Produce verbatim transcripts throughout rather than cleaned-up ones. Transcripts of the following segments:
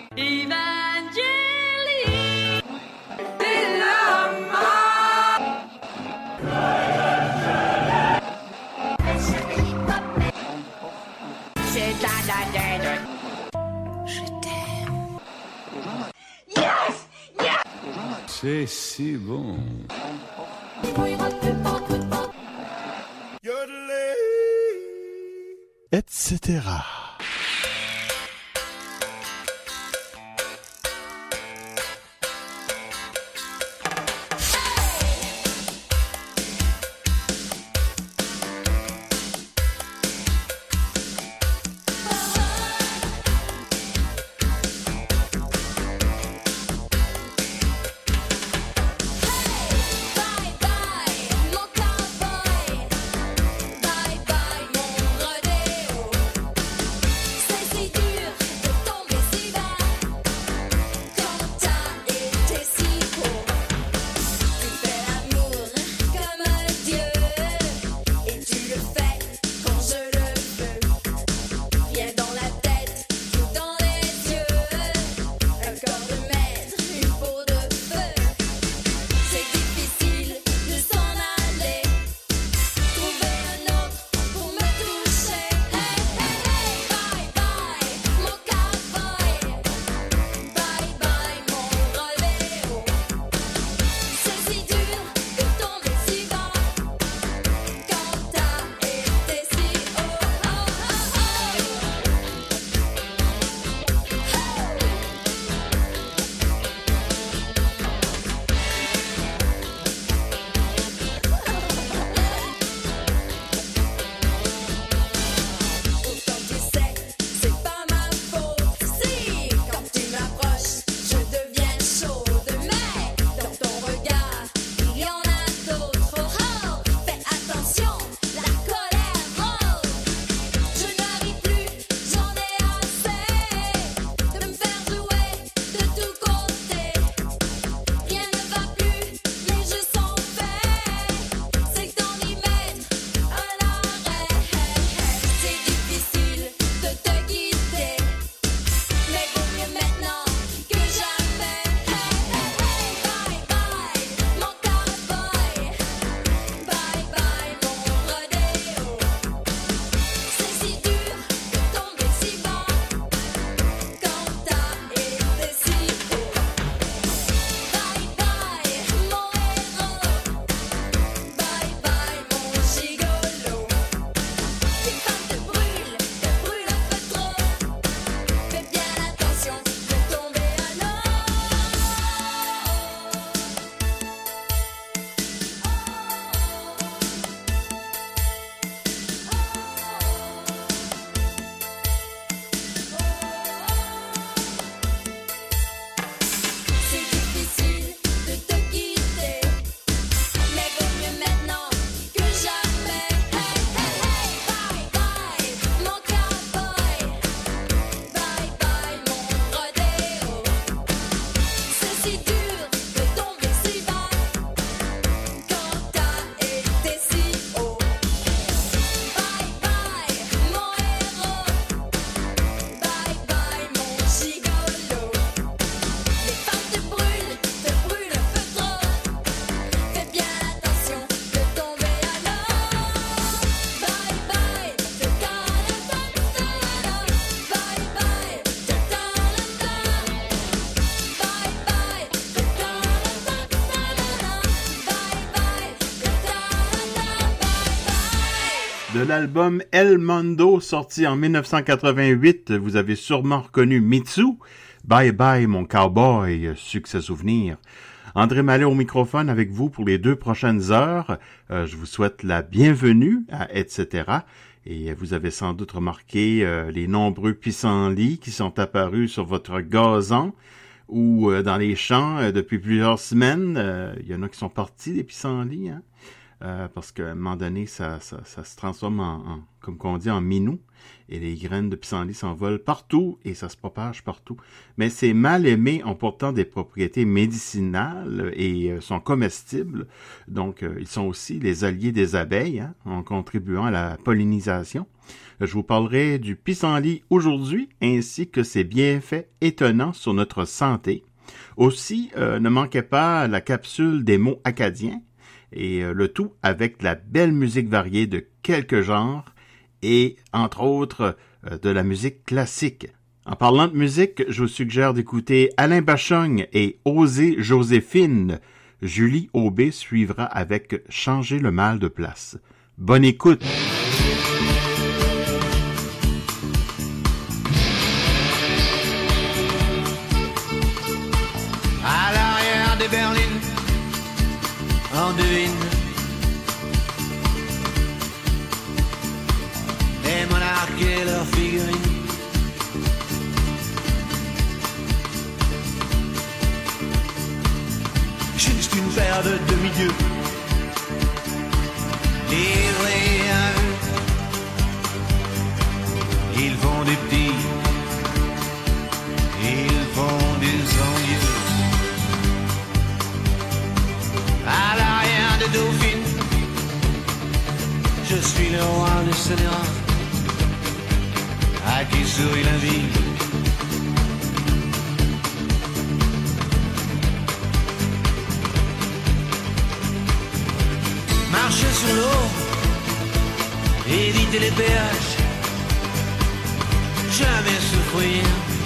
C'est si bon. Etc. De l'album El Mundo, sorti en dix-neuf cent quatre-vingt-huit, vous avez sûrement reconnu Mitsu, Bye Bye Mon Cowboy, succès souvenir. André Mallet au microphone avec vous pour les deux prochaines heures. Euh, je vous souhaite la bienvenue à et cetera. Et vous avez sans doute remarqué euh, les nombreux pissenlits qui sont apparus sur votre gazon ou euh, dans les champs euh, depuis plusieurs semaines. Euh, il y en a qui sont partis, des pissenlits, hein? euh, parce qu'à un moment donné, ça, ça, ça se transforme en, en, comme qu'on dit, en minou, et les graines de pissenlit s'envolent partout et ça se propage partout. Mais ces mal aimés ont pourtant des propriétés médicinales et euh, sont comestibles, donc euh, ils sont aussi les alliés des abeilles, hein, en contribuant à la pollinisation. Je vous parlerai du pissenlit aujourd'hui, ainsi que ses bienfaits étonnants sur notre santé. Aussi, euh, ne manquez pas la capsule des mots acadiens, et euh, le tout avec de la belle musique variée de quelques genres, et entre autres euh, de la musique classique. En parlant de musique, je vous suggère d'écouter Alain Bachogne et Osez Joséphine. Julie Aubé suivra avec Changer le mal de place. Bonne écoute! À l'arrière des berlines, on devine les monarques et leurs figurines. Juste une paire de demi-dieux livrés à eux. Ils font des petits, ils font des envieux. À l'arrière des dauphines, je suis le roi des scélérats, à qui sourit la vie. Marcher sur l'eau, éviter les péages, jamais souffrir,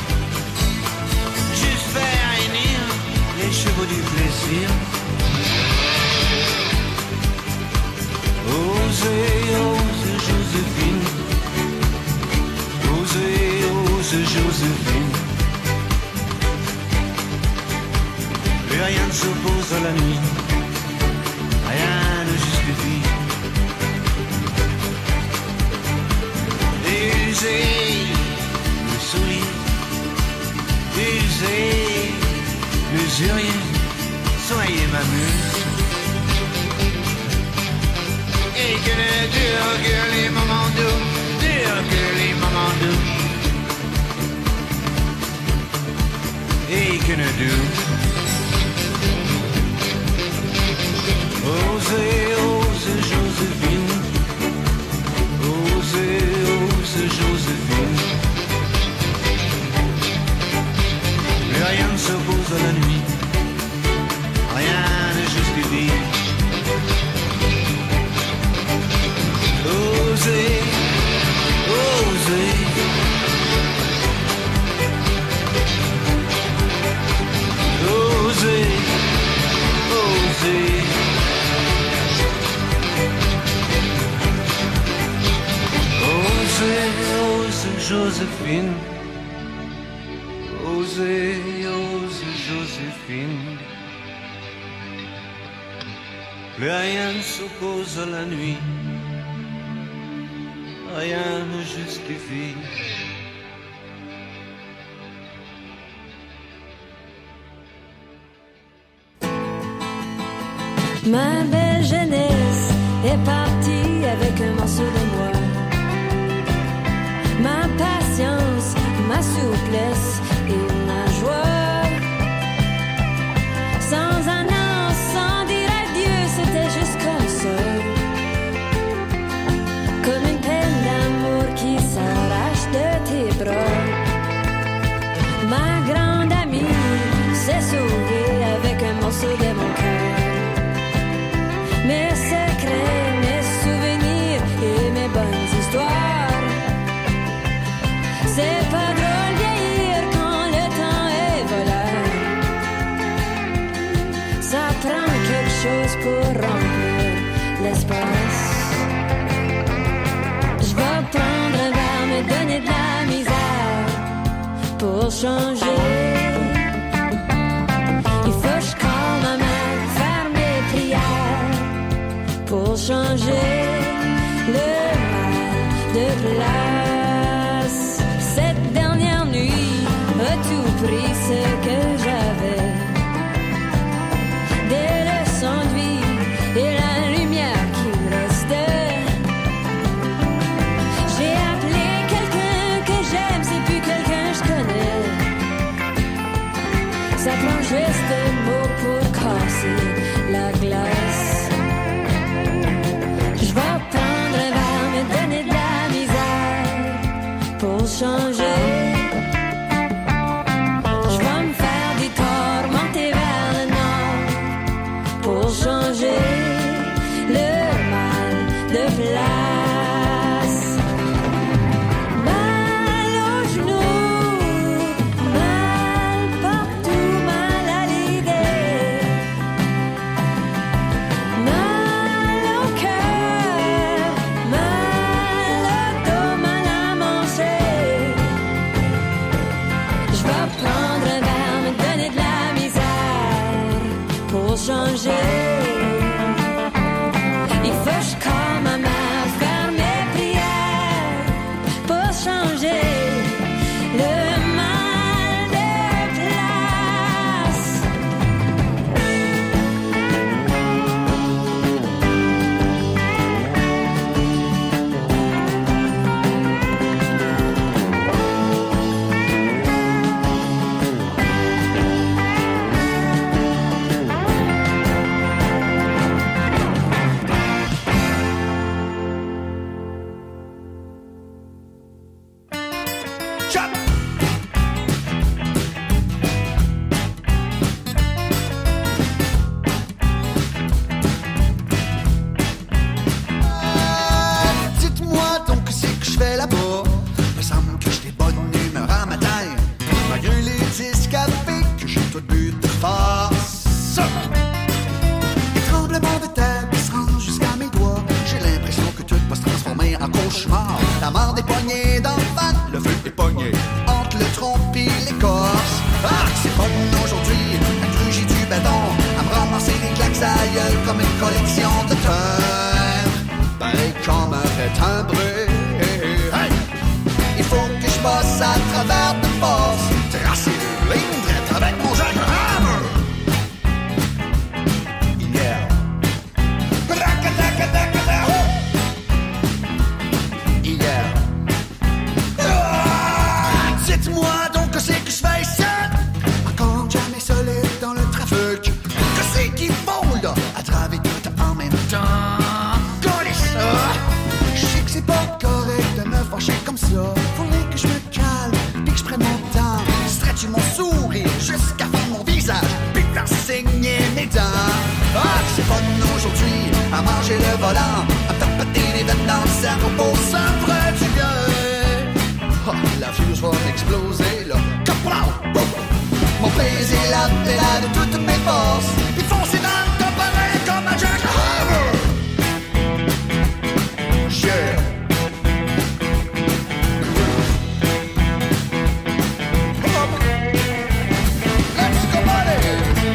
juste faire réunir les chevaux du plaisir. Osez, osez Joséphine, osez, osez Joséphine. Plus rien ne s'oppose à la nuit, rien ne justifie. Usez le sourire, usez l'usurier, soyez ma muse. Et que ne durent que les moments doux, durent que les moments doux. Et que ne durent. Osez, osez Joséphine, osez, osez Joséphine. Mais rien ne s'oppose à la nuit, rien ne justifie. Osez, osez, osez, osez. Osez, osez Joséphine, osez, osez Joséphine. Plus rien ne s'oppose à la nuit, rien ne justifie. Ma belle jeunesse est partie avec un morceau de moi. Ma patience, ma souplesse et ma joie. Sans un an, sans dire adieu, c'était juste comme ça. Comme une peine d'amour qui s'arrache de tes bras. Ma grande amie s'est sauvée avec un morceau de mon cœur. Mes secrets, mes souvenirs et mes bonnes histoires. C'est pas drôle vieillir quand le temps est voleur. Ça prend quelque chose pour remplir l'espace. Je vais prendre un verre, me donner de la misère pour changer. Il faut que je croie ma mère, faire mes prières pour changer le mal de place. Cette dernière nuit a tout pris ce que j'avais. Des leçons de vie et la lumière Ça prend juste un mot pour casser la glace. Je vais prendre un verre, me donner de la misère pour changer. Je vais me faire des corps, monter vers le nord pour changer le mal de place. Changer. Il faut que je comme ma mère, faire mes prières pour changer le mal de place. La mort des poignées d'en fan, le feu est pogné entre le tronc pis l'écorce. Ah, c'est bon aujourd'hui, accroché du bâton, à me ramasser les claques à gueule comme une collection de timbres. Pareil comme un vrai timbré. Hey! Il faut que je passe à travers de force, tracer les lignes drettes avec mon jackhammer. Yeah. Dites-moi donc que c'est que je fais ici. Encore jamais solide dans le trafic. Que c'est qu'ils font là, à travers tout en même temps. Collez ça. Je sais que c'est pas correct de me fâcher comme ça. Faudrait que je me calme, puis que je prenne mon temps. Stretcher mon sourire jusqu'à faire mon visage, puis faire saigner mes dents. Ah, c'est fun aujourd'hui, à manger le volant, à tapoter les dents dans le cerveau, ça me ferait du bien. Oh, la fuse va exploser là. Kaplow! Mon plaisir la pédale de toutes mes forces. Puis foncer dans le top pareil comme un jackhammer. Yeah. Let's go, buddy!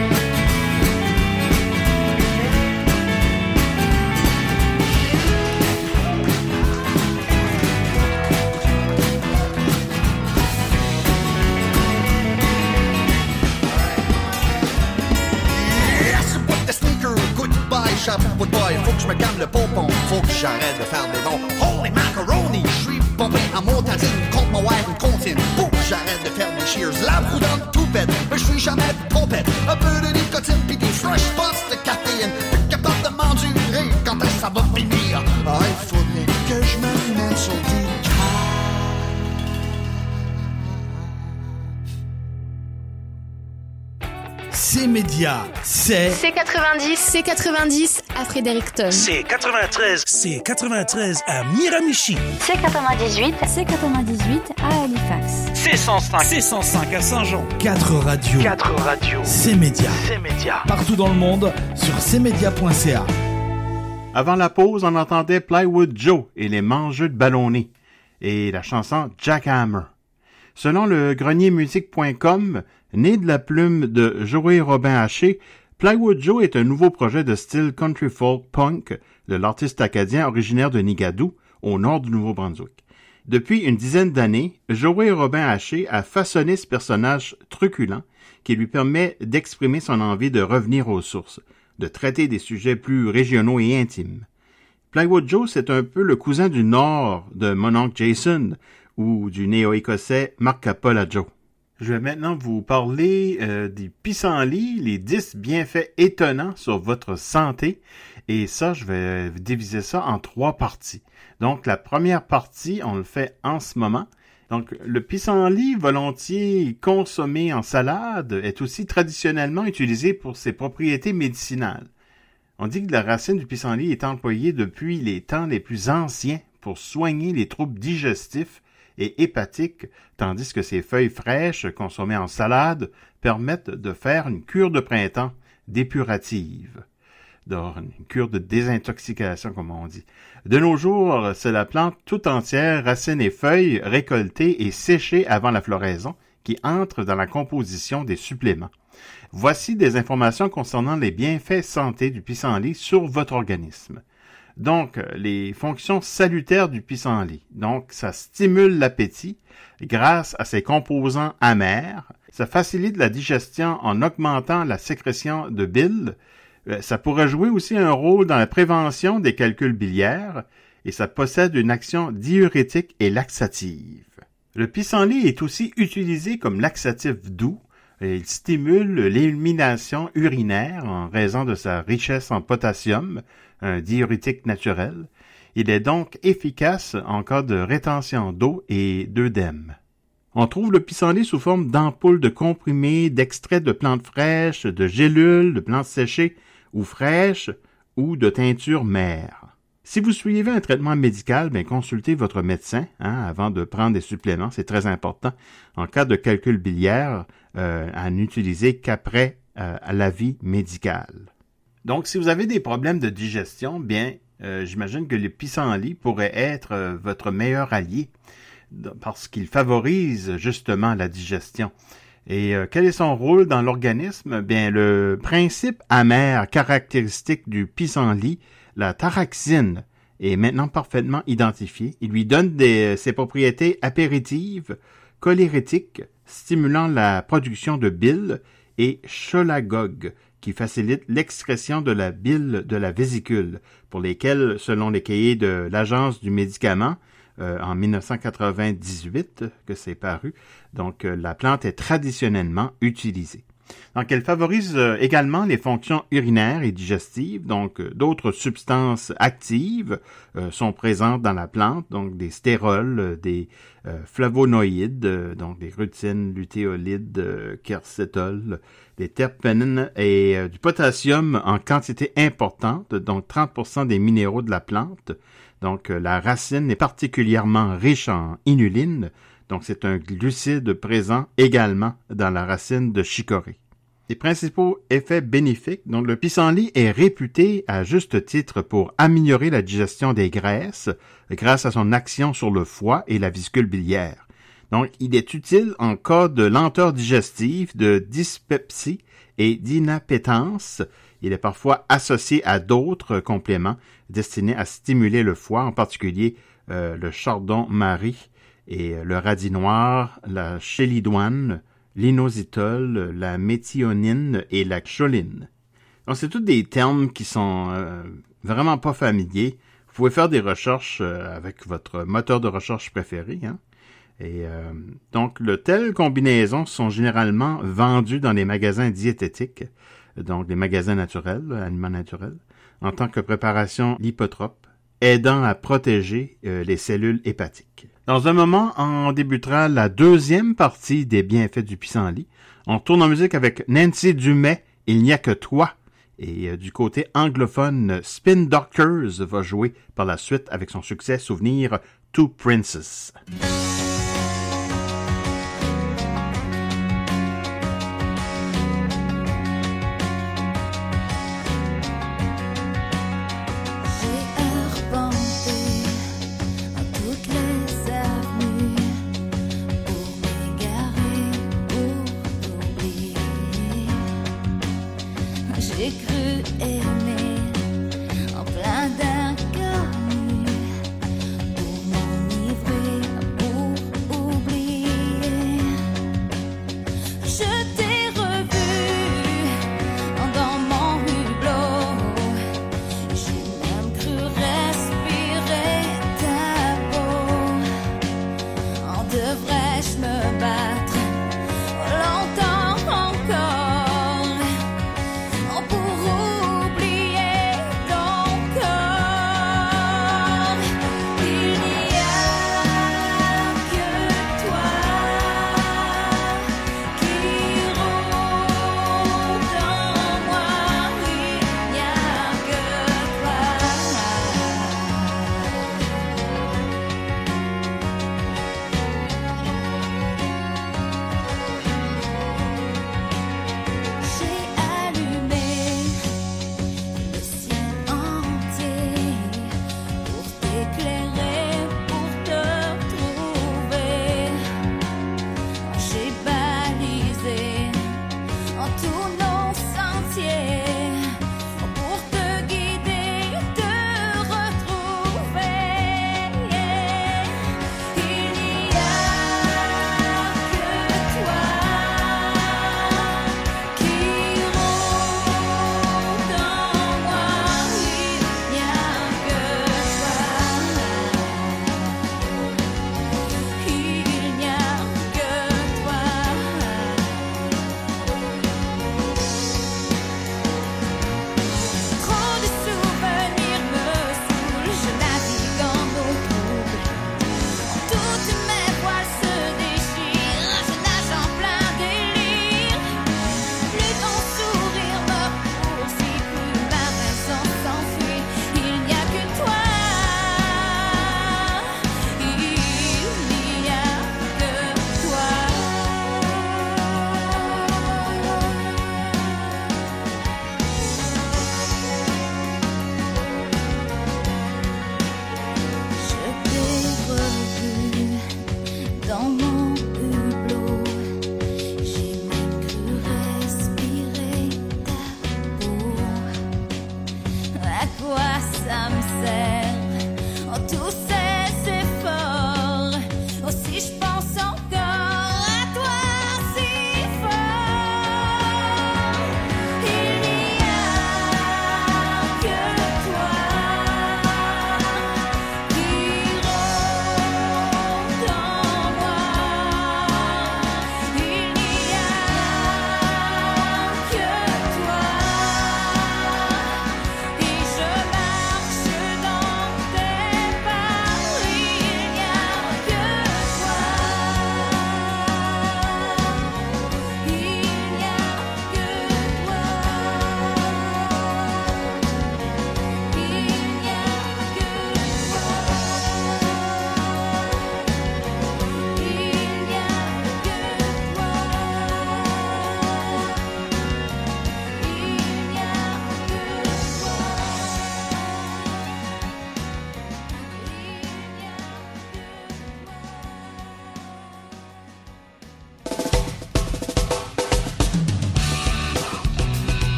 Chapeau de boy, faut que je me calme le pompon, faut que j'arrête de faire des bons. Holy macaroni, je suis pompé en motadine, contre mon wife une comptine. Faut que j'arrête de faire des cheers, la roue dans le toupette, mais je suis jamais de pompette. Un peu de nicotine pis des fresh spots de caféine, plus capable de m'endurer quand est-ce que ça va finir. Ah, il faudrait que je me mette sur du C-Média, c'est... C quatre-vingt-dix, C quatre-vingt-dix à Fredericton. C quatre-vingt-treize, C quatre-vingt-treize à Miramichi. C quatre-vingt-dix-huit, C quatre-vingt-dix-huit à Halifax. C cent cinq, C cent cinq à Saint-Jean. Quatre radios. Quatre radios. C-Média. C-Média. Partout dans le monde sur c média point c a. Avant la pause, on entendait Plywood Joe et les mangeux de ballonnés et la chanson Jackhammer. Selon le grenier musique point com, né de la plume de Joey Robin Haché, Plywood Joe est un nouveau projet de style country folk punk de l'artiste acadien originaire de Nigadoo, au nord du Nouveau-Brunswick. Depuis une dizaine d'années, Joey Robin Haché a façonné ce personnage truculent qui lui permet d'exprimer son envie de revenir aux sources, de traiter des sujets plus régionaux et intimes. Plywood Joe, c'est un peu le cousin du Nord de mon oncle Jason ou du néo-écossais Mark Capola Joe. Je vais maintenant vous parler euh, des pissenlits, les dix bienfaits étonnants sur votre santé. Et ça, je vais diviser ça en trois parties. Donc, la première partie, on le fait en ce moment. Donc, le pissenlit volontiers consommé en salade est aussi traditionnellement utilisé pour ses propriétés médicinales. On dit que la racine du pissenlit est employée depuis les temps les plus anciens pour soigner les troubles digestifs et hépatiques, tandis que ses feuilles fraîches, consommées en salade, permettent de faire une cure de printemps dépurative. Donc, une cure de désintoxication, comme on dit. De nos jours, c'est la plante tout entière, racines et feuilles, récoltées et séchées avant la floraison, qui entre dans la composition des suppléments. Voici des informations concernant les bienfaits santé du pissenlit sur votre organisme. Donc, les fonctions salutaires du pissenlit. Donc, ça stimule l'appétit grâce à ses composants amers. Ça facilite la digestion en augmentant la sécrétion de bile. Ça pourrait jouer aussi un rôle dans la prévention des calculs biliaires et ça possède une action diurétique et laxative. Le pissenlit est aussi utilisé comme laxatif doux. Il stimule l'élimination urinaire en raison de sa richesse en potassium, un diurétique naturel. Il est donc efficace en cas de rétention d'eau et d'œdème. On trouve le pissenlit sous forme d'ampoules de comprimés, d'extraits de plantes fraîches, de gélules, de plantes séchées ou fraîches ou de teintures mères. Si vous suivez un traitement médical, bien, consultez votre médecin hein, avant de prendre des suppléments, c'est très important. En cas de calcul biliaire, euh, à n'utiliser qu'après euh, l'avis médical. Donc, si vous avez des problèmes de digestion, bien, euh, j'imagine que le pissenlit pourrait être euh, votre meilleur allié parce qu'il favorise justement la digestion. Et euh, quel est son rôle dans l'organisme? Bien, le principe amer caractéristique du pissenlit, la taraxine, est maintenant parfaitement identifié. Il lui donne des, ses propriétés apéritives, cholérétiques, stimulant la production de bile, et cholagogue, qui facilite l'excrétion de la bile de la vésicule, pour lesquelles, selon les cahiers de l'Agence du médicament, euh, en dix-neuf cent quatre-vingt-dix-huit que c'est paru, donc euh, la plante est traditionnellement utilisée. Donc, elle favorise euh, également les fonctions urinaires et digestives, donc euh, d'autres substances actives euh, sont présentes dans la plante, donc des stérols, euh, des euh, flavonoïdes, euh, donc des rutines, lutéolides, euh, quercétol, des terpènes et euh, du potassium en quantité importante, donc trente pour cent des minéraux de la plante. Donc, euh, la racine est particulièrement riche en inuline, donc c'est un glucide présent également dans la racine de chicorée. Les principaux effets bénéfiques, donc le pissenlit est réputé à juste titre pour améliorer la digestion des graisses grâce à son action sur le foie et la vésicule biliaire. Donc, il est utile en cas de lenteur digestive, de dyspepsie et d'inappétence. Il est parfois associé à d'autres compléments destinés à stimuler le foie, en particulier euh, le chardon-marie et le radis noir, la chélidoine, l'inositol, la méthionine et la choline. Donc, c'est tous des termes qui sont euh, vraiment pas familiers. Vous pouvez faire des recherches euh, avec votre moteur de recherche préféré, hein? Et euh, donc, de telles combinaisons sont généralement vendues dans les magasins diététiques, donc des magasins naturels, aliments naturels, en tant que préparation lipotrope, aidant à protéger euh, les cellules hépatiques. Dans un moment, on débutera la deuxième partie des bienfaits du pissenlit. On tourne en musique avec Nancy Dumais, Il n'y a que toi. Et euh, du côté anglophone, Spin Doctors va jouer par la suite avec son succès souvenir Two Princes. Devrais-je me battre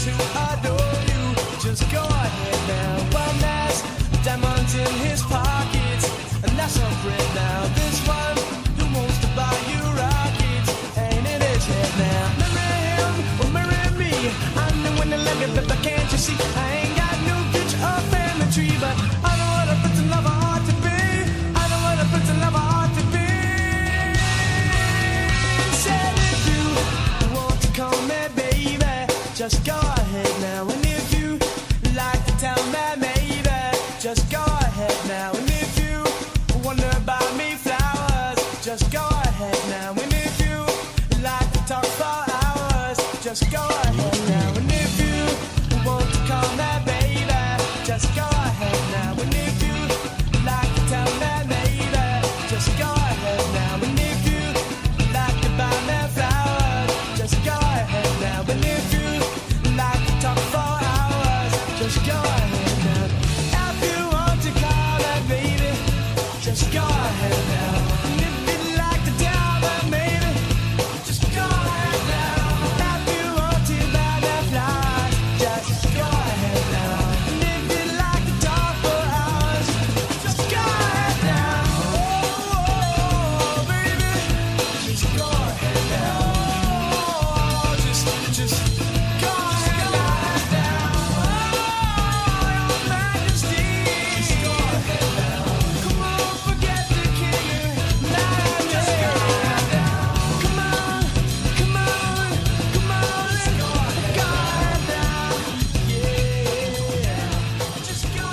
those who adore you. Just go ahead now. One has diamonds in his pockets, and that's a friend now. This one who wants to buy you rockets, ain't in his head now. Marry him or marry me. I'm the one that like it, but can't you see? I ain't got no future or family tree, but I know what a Prince and lover ought to be. I know what a Prince and lover ought to be. Said if you want to call me baby, just go ahead now. And if you like to tell me maybe, just go ahead now. And if you wonder about me flowers, just go ahead now. And if you like to talk for hours, just go ahead now. And if you want to call me baby, just go ahead now. And if you like to tell me maybe, just go ahead now. And if you like to buy me flowers, just go ahead now. And if you like to talk for hours, just go ahead now. If you want to call me baby, just go ahead now. And if you like to tell me maybe, just go ahead now. If you want to buy me flowers, just go ahead now. And if you like to talk for hours, just go ahead now. Oh, baby, just go ahead now. Oh, just, just go ahead now. Oh, your Majesty, just go ahead now. Come on, forget the king. Now, just go ahead now. Come on, come on, come on, let's go ahead now. Yeah, just go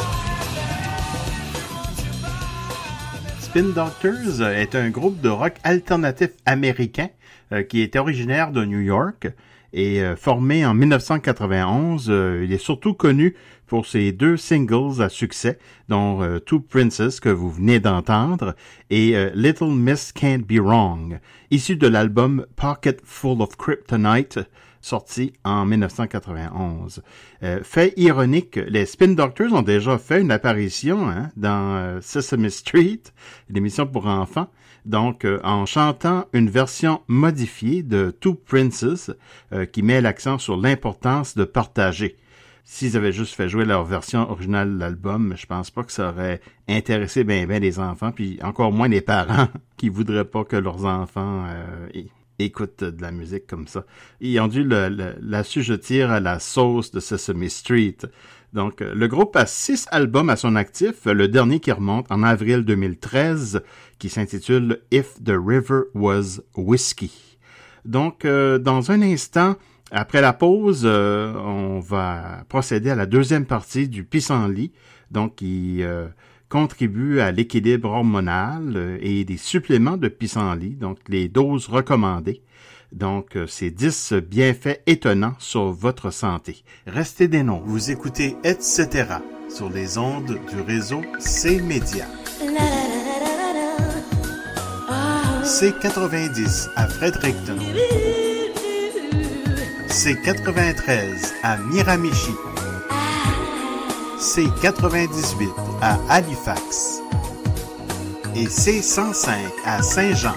ahead now. Spin Doctors est un groupe de rock alternatif américain euh, qui est originaire de New York et euh, formé en dix-neuf cent quatre-vingt-onze. Euh, il est surtout connu pour ses deux singles à succès, dont euh, Two Princes que vous venez d'entendre et euh, Little Miss Can't Be Wrong, issu de l'album Pocket Full of Kryptonite, sorti en dix-neuf cent quatre-vingt-onze. Euh, fait ironique, les Spin Doctors ont déjà fait une apparition hein, dans euh, Sesame Street, l'émission pour enfants, donc euh, en chantant une version modifiée de Two Princes euh, qui met l'accent sur l'importance de partager. S'ils avaient juste fait jouer leur version originale de l'album, je pense pas que ça aurait intéressé bien bien les enfants, puis encore moins les parents qui voudraient pas que leurs enfants euh, écoutent de la musique comme ça. Ils ont dû le, le, l'assujettir à la sauce de Sesame Street. Donc, le groupe a six albums à son actif, le dernier qui remonte en avril deux mille treize, qui s'intitule If the River Was Whiskey. Donc, euh, dans un instant, après la pause, euh, on va procéder à la deuxième partie du pissenlit, donc qui euh, contribue à l'équilibre hormonal euh, et des suppléments de pissenlit, donc les doses recommandées. Donc, euh, ces dix bienfaits étonnants sur votre santé. Restez des nôtres. Vous écoutez et cetera sur les ondes du réseau C-Média. C quatre-vingt-dix à Fredericton. C quatre-vingt-treize à Miramichi. C quatre-vingt-dix-huit à Halifax. Et C cent cinq à Saint-Jean.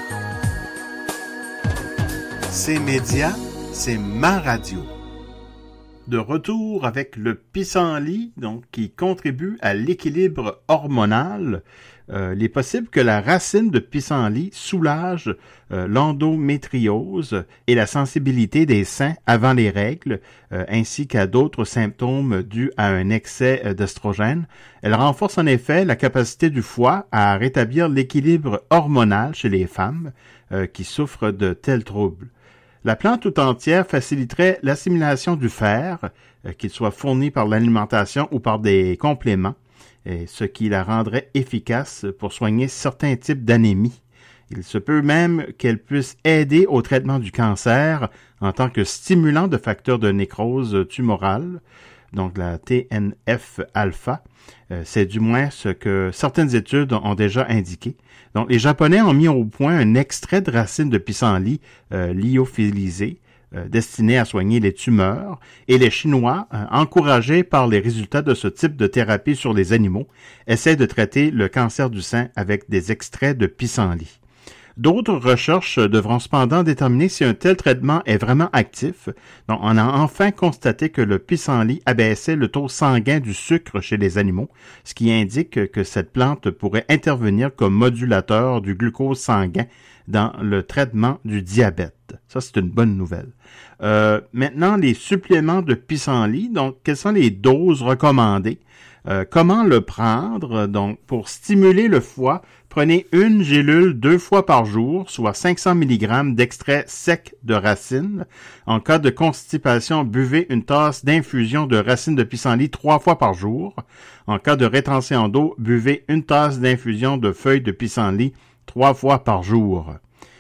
C-Média, c'est ma radio. De retour avec le pissenlit, donc qui contribue à l'équilibre hormonal. Euh, il est possible que la racine de pissenlit soulage euh, l'endométriose et la sensibilité des seins avant les règles, euh, ainsi qu'à d'autres symptômes dus à un excès euh, d'estrogène. Elle renforce en effet la capacité du foie à rétablir l'équilibre hormonal chez les femmes euh, qui souffrent de tels troubles. La plante tout entière faciliterait l'assimilation du fer, euh, qu'il soit fourni par l'alimentation ou par des compléments, et ce qui la rendrait efficace pour soigner certains types d'anémie. Il se peut même qu'elle puisse aider au traitement du cancer en tant que stimulant de facteurs de nécrose tumorale, donc la T N F alpha. Euh, c'est du moins ce que certaines études ont déjà indiqué. Donc, les Japonais ont mis au point un extrait de racine de pissenlit euh, lyophilisé, euh, destiné à soigner les tumeurs, et les Chinois, euh, encouragés par les résultats de ce type de thérapie sur les animaux, essaient de traiter le cancer du sein avec des extraits de pissenlit. D'autres recherches devront cependant déterminer si un tel traitement est vraiment actif. Donc, on a enfin constaté que le pissenlit abaissait le taux sanguin du sucre chez les animaux, ce qui indique que cette plante pourrait intervenir comme modulateur du glucose sanguin dans le traitement du diabète. Ça, c'est une bonne nouvelle. Euh, maintenant, les suppléments de pissenlit. Donc, quelles sont les doses recommandées? Euh, comment le prendre? Donc, pour stimuler le foie, prenez une gélule deux fois par jour, soit cinq cents milligrammes d'extrait sec de racine. En cas de constipation, buvez une tasse d'infusion de racine de pissenlit trois fois par jour. En cas de rétention d'eau, buvez une tasse d'infusion de feuilles de pissenlit trois fois par jour.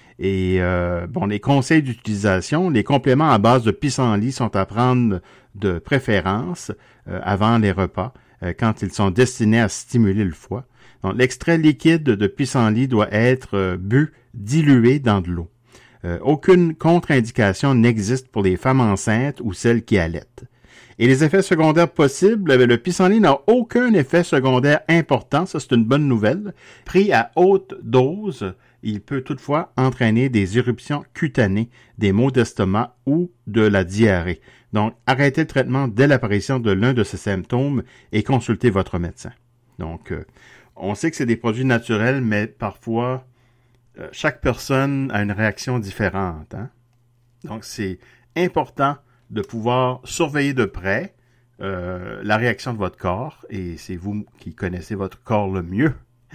Et euh, bon, les conseils d'utilisation, les compléments à base de pissenlit sont à prendre de préférence euh, avant les repas, euh, quand ils sont destinés à stimuler le foie. Donc, l'extrait liquide de pissenlit doit être euh, bu dilué dans de l'eau. Euh, aucune contre-indication n'existe pour les femmes enceintes ou celles qui allaitent. Et les effets secondaires possibles, le pissenlit n'a aucun effet secondaire important, ça c'est une bonne nouvelle. Pris à haute dose, il peut toutefois entraîner des éruptions cutanées, des maux d'estomac ou de la diarrhée. Donc, arrêtez le traitement dès l'apparition de l'un de ces symptômes et consultez votre médecin. Donc, euh, on sait que c'est des produits naturels, mais parfois, euh, chaque personne a une réaction différente. Hein? Donc, c'est important de pouvoir surveiller de près euh, la réaction de votre corps, et c'est vous qui connaissez votre corps le mieux.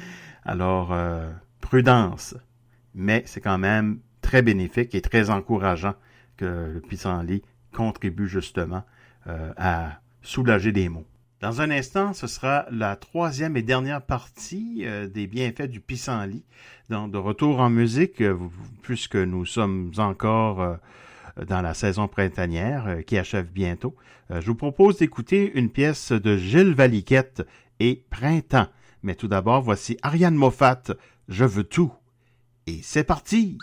Alors, euh, prudence, mais c'est quand même très bénéfique et très encourageant que le pissenlit contribue justement euh, à soulager des maux. Dans un instant, ce sera la troisième et dernière partie euh, des bienfaits du pissenlit. Donc, de retour en musique, euh, puisque nous sommes encore euh, dans la saison printanière euh, qui achève bientôt, euh, je vous propose d'écouter une pièce de Gilles Valiquette et Printemps. Mais tout d'abord, voici Ariane Moffat, Je veux tout. Et c'est parti!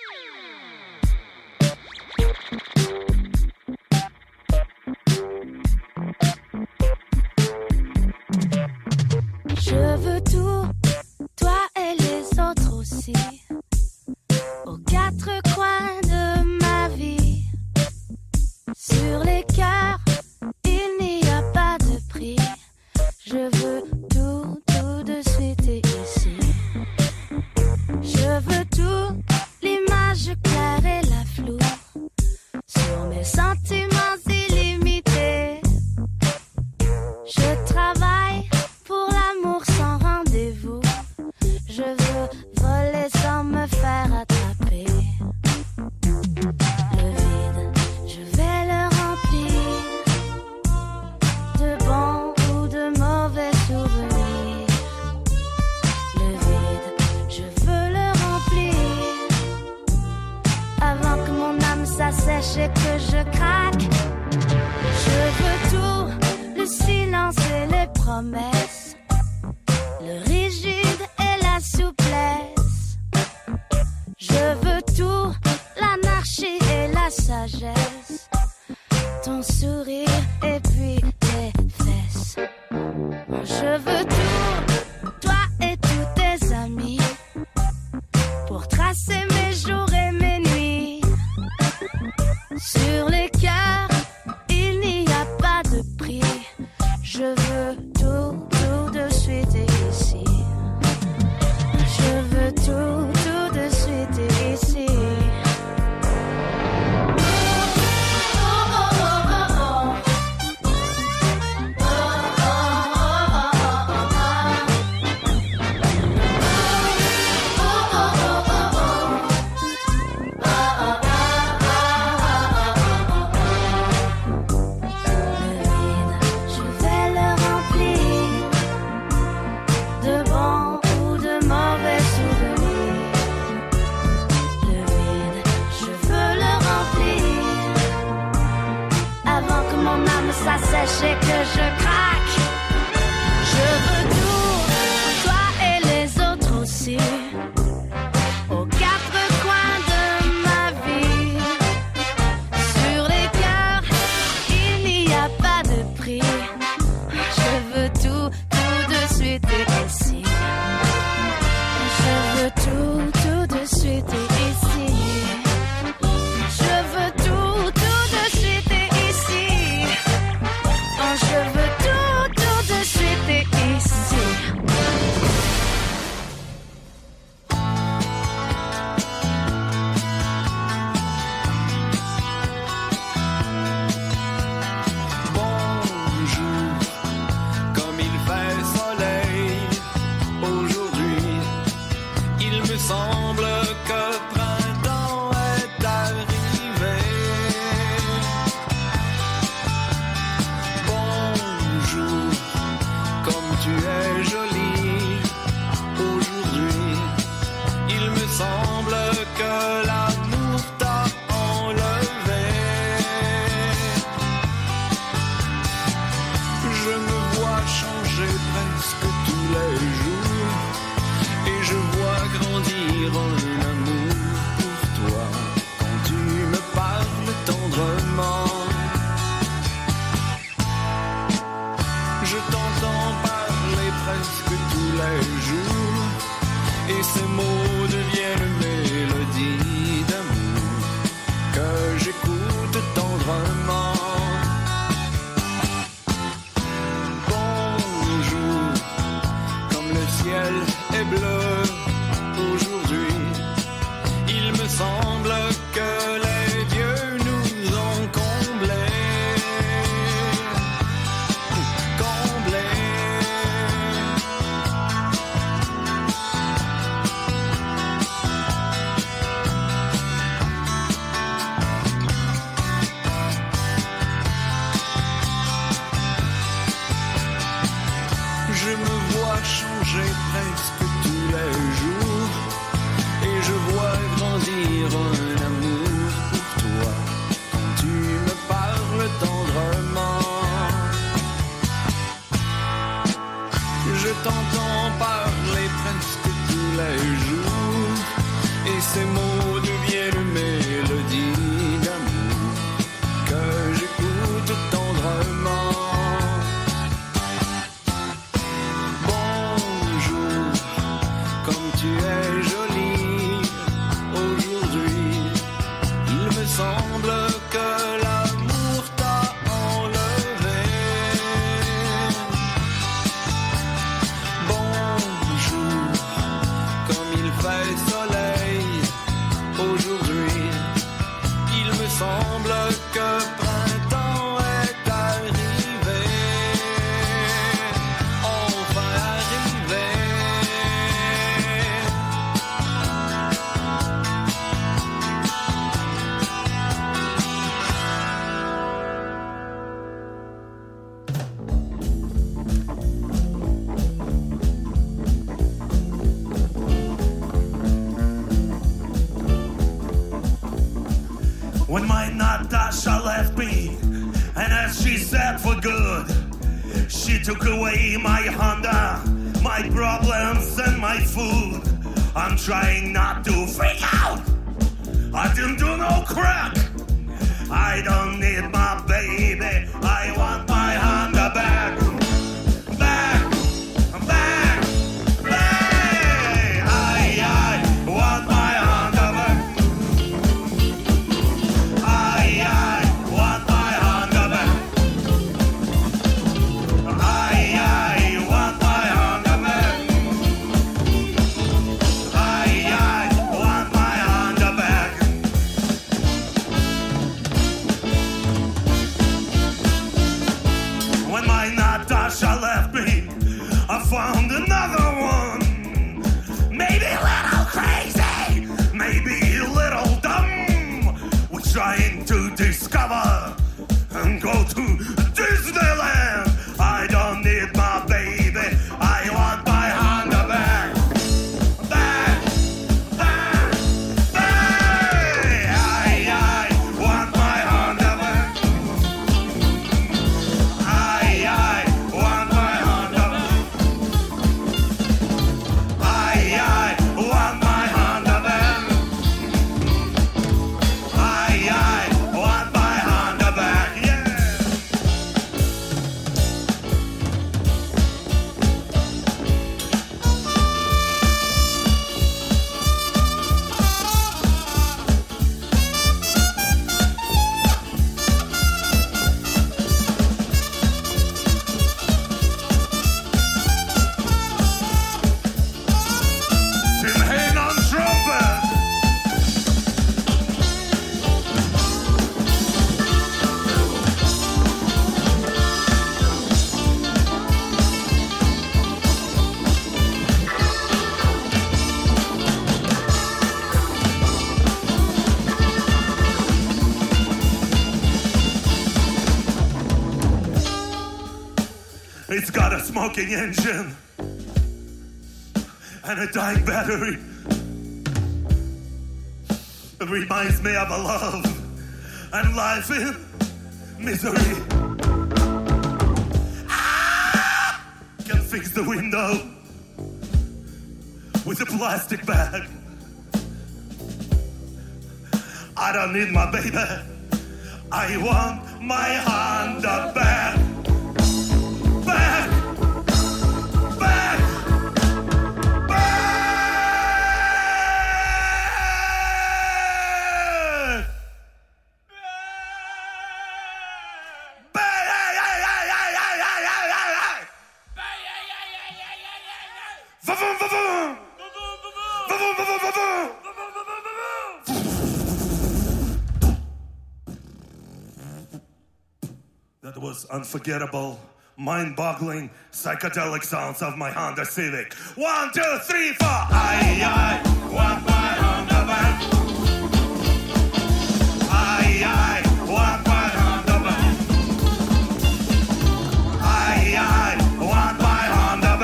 Je veux tout, toi et les autres aussi, aux quatre coins de ma vie. Sur les cœurs, il n'y a pas de prix. Je veux tout, tout de suite et ici. Je veux tout, l'image claire et la floue, sur mes sentiments illimités. Je travaille pour l'amour sans rendez-vous. Je veux voler sans me faire attraper. Le vide, je vais le remplir de bons ou de mauvais souvenirs. Le vide, je veux le remplir avant que mon âme s'assèche et que je craque. Je veux tout, le silence et les promesses, le rigide et la souplesse. Je veux tout, l'anarchie et la sagesse, ton sourire et puis tes fesses. Je veux tout, toi et tous tes amis, pour tracer mes jours et mes nuits. Sur les cœurs, il n'y a pas de prix. Je veux tout, tout de suite et ici. Je veux tout, tout de suite et ici. Sachez que je craque. Je veux tout, toi et les autres aussi, aux quatre coins de ma vie. Sur les cœurs, il n'y a pas de prix. Je veux tout, tout de suite et ici. Je veux tout, tout de suite Je me vois changer presque tous les jours et je vois grandir un amour pour toi quand tu me parles tendrement. Je t'entends parler presque tous les jours et ces mots deviennent une mélodie d'amour que j'écoute tendrement. Bonjour, comme tu es jolie aujourd'hui, il me semble que l'amour t'a enlevé. Bonjour, comme il fait soleil aujourd'hui, il me semble que printemps est arrivé, enfin arrivé. When my Natasha left me, and as she said for good, she took away my Honda, my problems and my food. I'm trying not to freak out. I didn't do no crack. I don't need my baby. I want my Honda back. Back, back, back. I, I want my Honda back. I, I want my Honda back. I, I want my Honda back. I, I want my Honda back. When my Natasha left me, I found another one. Maybe a little crazy, maybe a little dumb. We're trying to discover and go to Disneyland. I don't need my baby, I want my Honda back. Back, back, back. I, I want my Honda back. I, I want my Honda back. I, I want my Honda back. I, I want my Honda back. Yeah. Tim Hain on trumpet. It's got a smoking engine and a dying battery. It reminds me of a love and life in misery. Ah! Can fix the window with a plastic bag. I don't need my baby. I want my Honda back. Back. Back. That was unforgettable, mind-boggling, psychedelic sounds of my Honda Civic. One, two, three, four. I, I want my Honda back. I, I want my Honda back. I, I want my Honda back.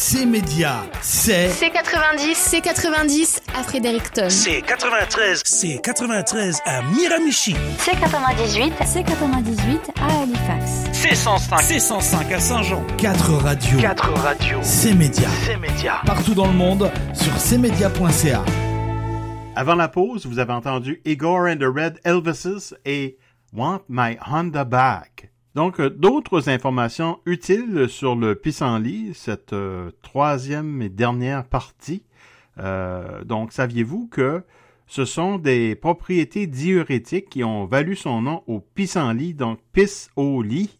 C-Média, c'est... C quatre-vingt-dix, C quatre-vingt-dix à Fredericton. C quatre-vingt-treize, C quatre-vingt-treize à Miramichi. C quatre-vingt-dix-huit, C quatre-vingt-dix-huit à Halifax. C cent cinq, C cent cinq à Saint-Jean. Quatre radios. Quatre radios. C-Média. C-Média. Partout dans le monde sur c média point c a. Avant la pause, vous avez entendu Igor and the Red Elvises et Want My Honda Back. Donc, euh, d'autres informations utiles sur le pissenlit, cette euh, troisième et dernière partie. Euh, donc, saviez-vous que ce sont des propriétés diurétiques qui ont valu son nom au pissenlit, donc pisse au lit.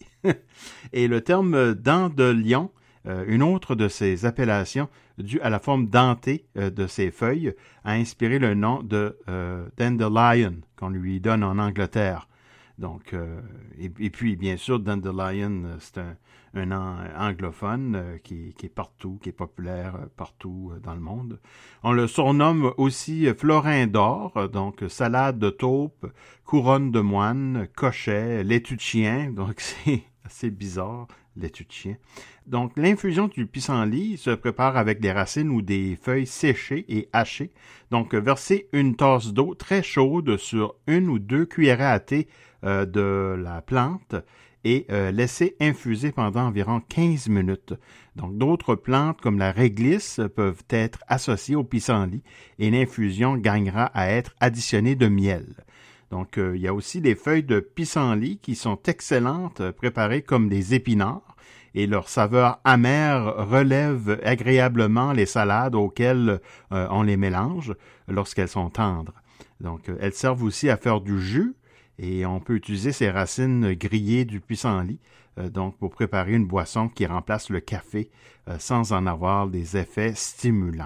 Et le terme dent de lion, euh, une autre de ces appellations due à la forme dentée euh, de ses feuilles, a inspiré le nom de euh, dandelion qu'on lui donne en Angleterre. Donc, euh, et, et puis, bien sûr, Dandelion, c'est un, un an, anglophone euh, qui, qui est partout, qui est populaire euh, partout euh, dans le monde. On le surnomme aussi euh, florin d'or, euh, donc salade de taupe, couronne de moine, cochet, laitue de chien, donc c'est assez bizarre, laitue de chien. Donc, l'infusion du pissenlit se prépare avec des racines ou des feuilles séchées et hachées. Donc, versez une tasse d'eau très chaude sur une ou deux cuillerées à thé Euh, de la plante et euh, laisser infuser pendant environ quinze minutes. Donc, d'autres plantes comme la réglisse peuvent être associées au pissenlit et l'infusion gagnera à être additionnée de miel. Donc, euh, il y a aussi des feuilles de pissenlit qui sont excellentes, préparées comme des épinards et leur saveur amère relève agréablement les salades auxquelles euh, on les mélange lorsqu'elles sont tendres. Donc, euh, elles servent aussi à faire du jus. Et on peut utiliser ces racines grillées du pissenlit euh, donc pour préparer une boisson qui remplace le café euh, sans en avoir des effets stimulants.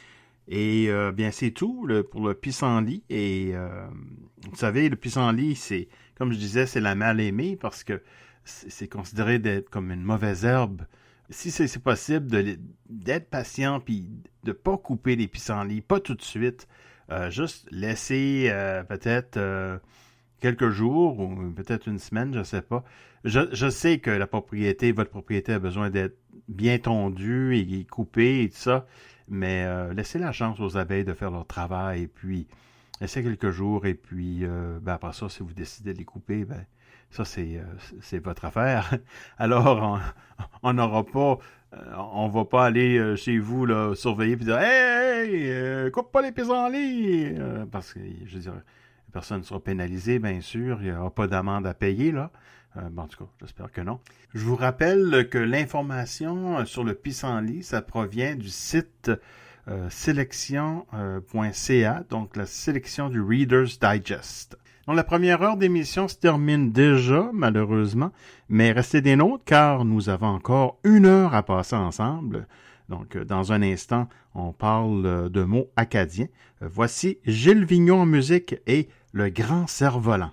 Et euh, bien c'est tout le, pour le pissenlit. Et euh, vous savez, le pissenlit, c'est, comme je disais, c'est la mal-aimée parce que c'est, c'est considéré d'être comme une mauvaise herbe. Si c'est, c'est possible de, d'être patient puis de ne pas couper les pissenlits, pas tout de suite, euh, juste laisser euh, peut-être... Euh, quelques jours ou peut-être une semaine, je ne sais pas. Je, je sais que la propriété, votre propriété a besoin d'être bien tondue et coupée et tout ça, mais euh, laissez la chance aux abeilles de faire leur travail et puis laissez quelques jours et puis euh, ben après ça, si vous décidez de les couper, ben ça c'est, euh, c'est votre affaire. Alors, on n'aura pas, euh, on va pas aller euh, chez vous là, surveiller et dire « Hey, hey euh, coupe pas les pissenlits! Euh, » Parce que, je veux dire, personne ne sera pénalisé, bien sûr. Il n'y aura pas d'amende à payer, là. Euh, bon, en tout cas, j'espère que non. Je vous rappelle que l'information sur le pissenlit, ça provient du site euh, sélection point c a, donc la sélection du Reader's Digest. Donc, la première heure d'émission se termine déjà, malheureusement, mais restez des nôtres, car nous avons encore une heure à passer ensemble. Donc, dans un instant, on parle de mots acadiens. Voici Gilles Vigneault en musique et Le Grand Cerf-Volant.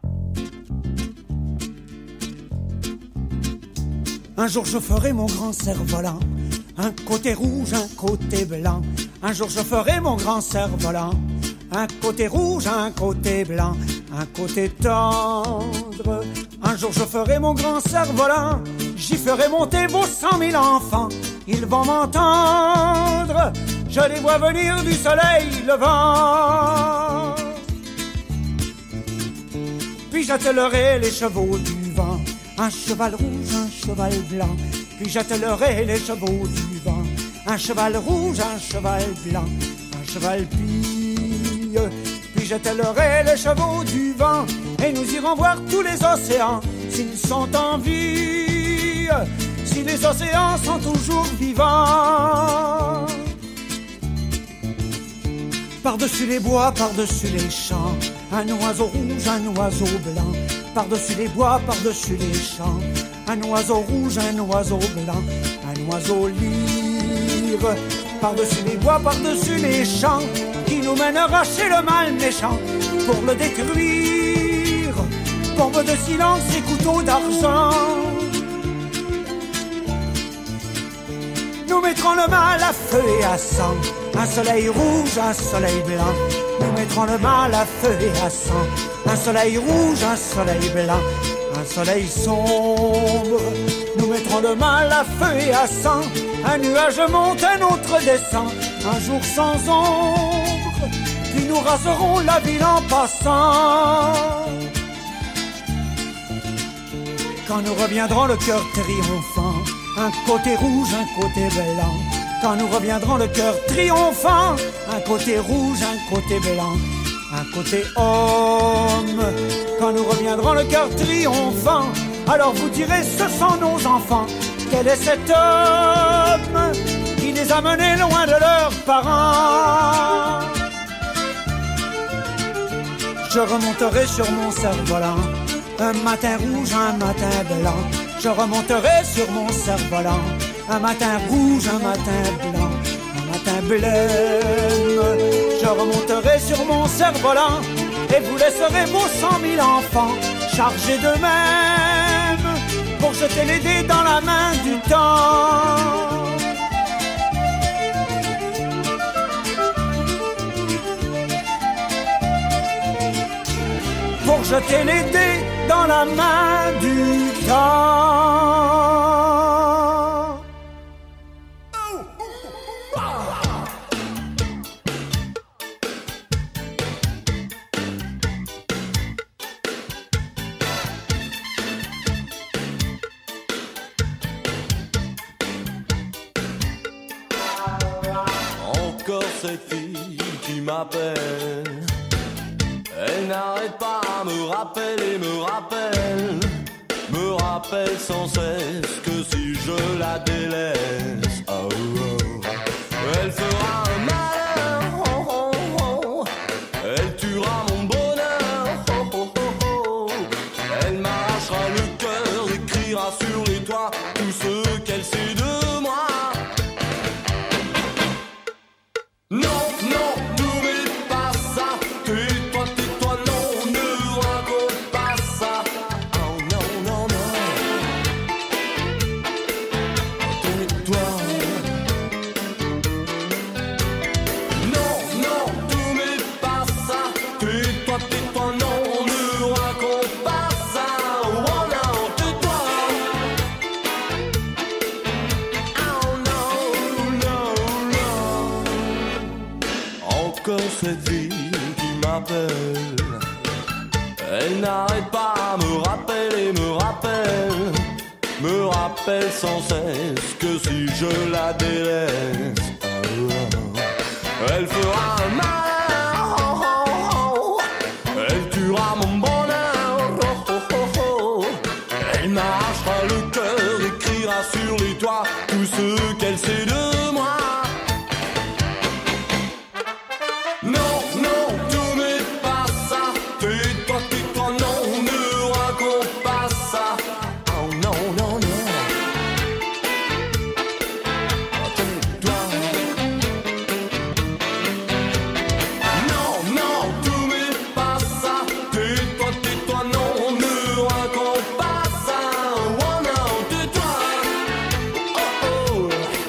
Un jour je ferai mon grand cerf-volant, un côté rouge, un côté blanc. Un jour je ferai mon grand cerf-volant, un côté rouge, un côté blanc, un côté tendre. Un jour je ferai mon grand cerf-volant, j'y ferai monter vos cent mille enfants. Ils vont m'entendre, je les vois venir du soleil levant. Puis j'attelerai les chevaux du vent, un cheval rouge, un cheval blanc. Puis j'attelerai les chevaux du vent, un cheval rouge, un cheval blanc, un cheval pille. Puis j'attelerai les chevaux du vent, et nous irons voir tous les océans, s'ils sont en vie, si les océans sont toujours vivants. Par-dessus les bois, par-dessus les champs, un oiseau rouge, un oiseau blanc. Par-dessus les bois, par-dessus les champs, un oiseau rouge, un oiseau blanc, un oiseau lyre. Par-dessus les bois, par-dessus les champs, qui nous mènera chez le mal méchant pour le détruire. Bombe de silence et couteau d'argent. Nous mettrons le mal à feu et à sang, un soleil rouge, un soleil blanc. Nous mettrons le mal à feu et à sang, un soleil rouge, un soleil blanc, un soleil sombre. Nous mettrons demain à feu et à sang. Un nuage monte, un autre descend. Un jour sans ombre, puis nous raserons la ville en passant. Quand nous reviendrons le cœur triomphant, un côté rouge, un côté blanc. Quand nous reviendrons le cœur triomphant, un côté rouge, un côté blanc. Un côté homme. Quand nous reviendrons le cœur triomphant, alors vous direz ce sont nos enfants. Quel est cet homme qui les a menés loin de leurs parents? Je remonterai sur mon cerf-volant, un matin rouge, un matin blanc. Je remonterai sur mon cerf-volant, un matin rouge, un matin blanc. Un matin blême, je remonterai sur mon cerf-volant et vous laisserez vos cent mille enfants chargés d'eux-mêmes pour jeter les dés dans la main du temps. Pour jeter les dés dans la main du temps. Encore cette fille qui m'appelle. Elle n'arrête pas à me rappeler, me rappelle, me rappelle sans cesse que si je la délaisse, oh, oh, elle fera un malheur, oh, oh, oh. Elle tuera mon bonheur, oh, oh, oh, oh. Elle m'arrachera le cœur, écrira sur les toits tout ce qu'elle sait de moi. Non, non, n'oublie pas ça. Tais-toi, tais-toi, non, ne raconte pas ça. Oh non, non, non. Tais-toi. Non, non, n'oublie pas ça. Tais-toi, tais-toi, non, ne raconte pas ça. Oh non, tais-toi. Oh non, non, non. Encore cette fille qui m'appelle. Elle n'arrête pas à me rappeler, me rappelle, me rappelle sans cesse que si je la délaisse, oh, oh, elle fera un malheur, oh, oh, oh. Elle tuera mon bonheur, oh, oh, oh, oh. Elle m'arrachera le cœur, écrira sur les toits tout ce qu'elle sait de moi. Non, non, n'oublie pas ça. Tais-toi, tais-toi, non, ne raconte pas ça. Oh non, non, non. Tais-toi. Non, non, n'oublie pas ça. Tais-toi, tais-toi, non, ne raconte pas ça. Oh non, tais-toi. Oh, oh.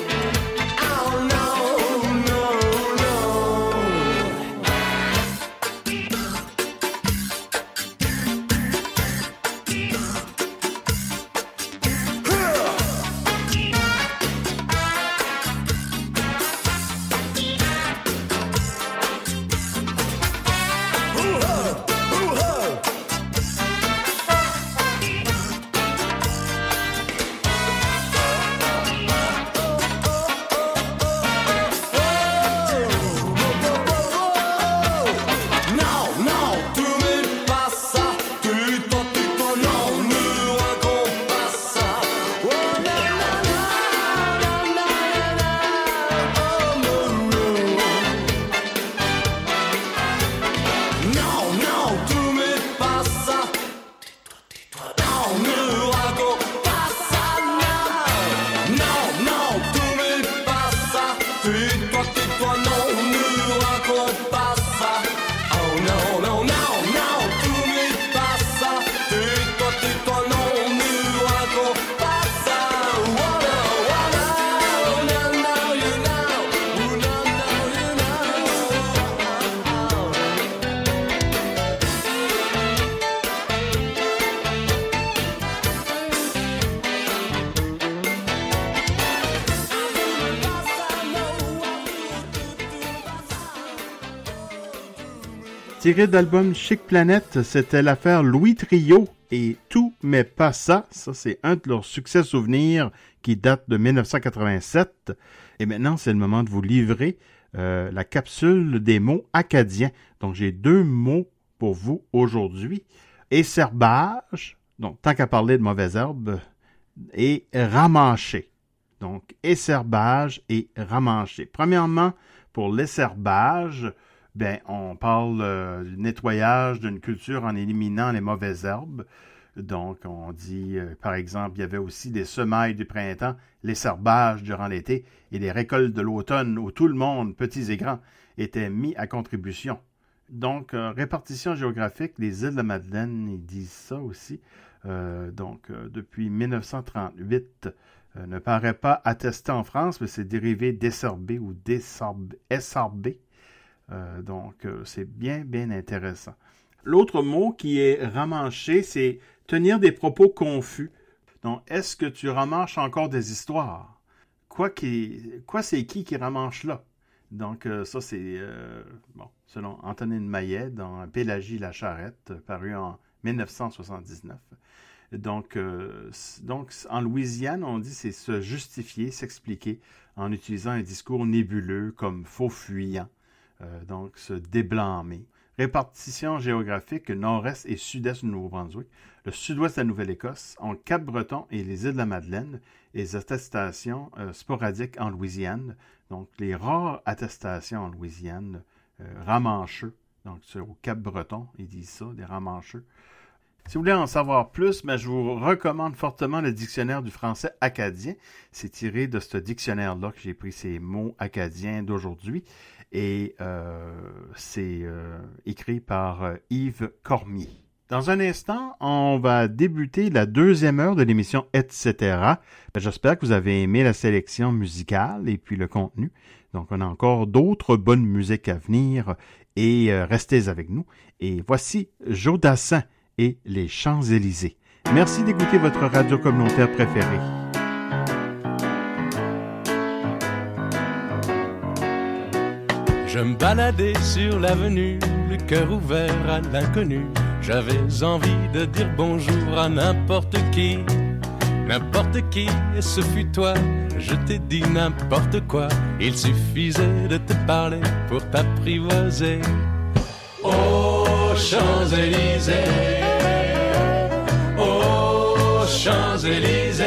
Tiré de l'album Chic Planète, c'était l'affaire Louis Trio et Tout mais pas ça. Ça, c'est un de leurs succès souvenirs qui date de dix-neuf cent quatre-vingt-sept. Et maintenant, c'est le moment de vous livrer euh, la capsule des mots acadiens. Donc, j'ai deux mots pour vous aujourd'hui. Écerbage, donc tant qu'à parler de mauvaises herbes, et ramancher. Donc, écerbage et ramancher. Premièrement, pour l'écerbage, ben, on parle euh, du nettoyage d'une culture en éliminant les mauvaises herbes. Donc, on dit, euh, par exemple, il y avait aussi des semailles du printemps, l'écerbage durant l'été et les récoltes de l'automne où tout le monde, petits et grands, était mis à contribution. Donc, euh, répartition géographique, les îles de Madeleine, ils disent ça aussi. Euh, donc, euh, depuis dix-neuf cent trente-huit, euh, ne paraît pas attesté en France, mais c'est dérivé d'esserber ou d'esserber. Euh, donc, euh, c'est bien, bien intéressant. L'autre mot qui est ramancher, c'est tenir des propos confus. Donc, est-ce que tu ramanches encore des histoires? Quoi, qui, quoi c'est qui qui ramanche là? Donc, euh, ça, c'est, euh, bon, selon Antonine Maillet, dans Pélagie la Charrette, paru en dix-neuf cent soixante-dix-neuf. Donc, euh, donc, en Louisiane, on dit c'est se justifier, s'expliquer en utilisant un discours nébuleux comme faux fuyant, euh, donc se déblâmer. Répartition géographique, nord-est et sud-est du Nouveau-Brunswick, le sud-ouest de la Nouvelle-Écosse, en Cap-Breton et les îles de la Madeleine, et les attestations euh, sporadiques en Louisiane. Donc, les rares attestations en Louisiane, euh, ramancheux, donc sur, au Cap-Breton, ils disent ça, des ramancheux. Si vous voulez en savoir plus, mais je vous recommande fortement le dictionnaire du français acadien. C'est tiré de ce dictionnaire-là que j'ai pris ces mots acadiens d'aujourd'hui. Et euh, c'est euh, écrit par euh, Yves Cormier. Dans un instant, on va débuter la deuxième heure de l'émission et cetera. J'espère que vous avez aimé la sélection musicale et puis le contenu. Donc, on a encore d'autres bonnes musiques à venir et euh, restez avec nous. Et voici Joe Dassin et les Champs-Élysées. Merci d'écouter votre radio communautaire préférée. Je me baladais sur l'avenue, le cœur ouvert à l'inconnu. J'avais envie de dire bonjour à n'importe qui, n'importe qui, et ce fut toi. Je t'ai dit n'importe quoi, il suffisait de te parler pour t'apprivoiser. Aux Champs-Élysées, aux Champs-Élysées,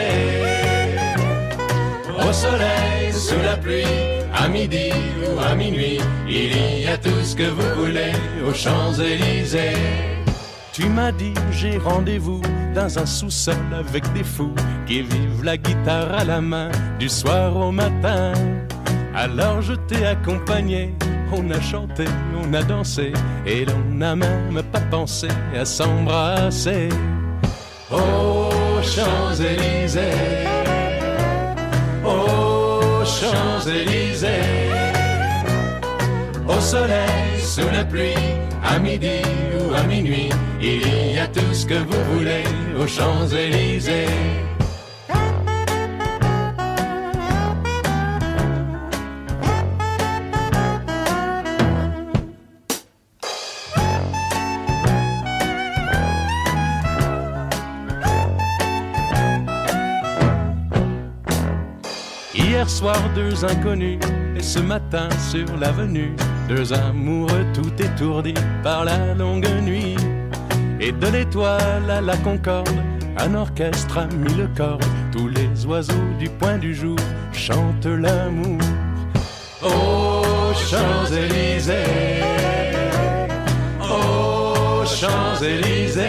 au soleil, sous la pluie, à midi ou à minuit, il y a tout ce que vous voulez aux Champs-Élysées. Tu m'as dit j'ai rendez-vous dans un sous-sol avec des fous qui vivent la guitare à la main du soir au matin. Alors je t'ai accompagné, on a chanté, on a dansé et l'on n'a même pas pensé à s'embrasser. Aux Champs-Élysées, aux Champs-Élysées, au soleil, sous la pluie, à midi ou à minuit, il y a tout ce que vous voulez aux Champs-Élysées. Hier soir, deux inconnus, et ce matin sur l'avenue, deux amoureux tout étourdis par la longue nuit. Et de l'étoile à la concorde, un orchestre a mis le cordes. Tous les oiseaux du point du jour chantent l'amour. Aux Champs-Élysées, aux Champs-Élysées,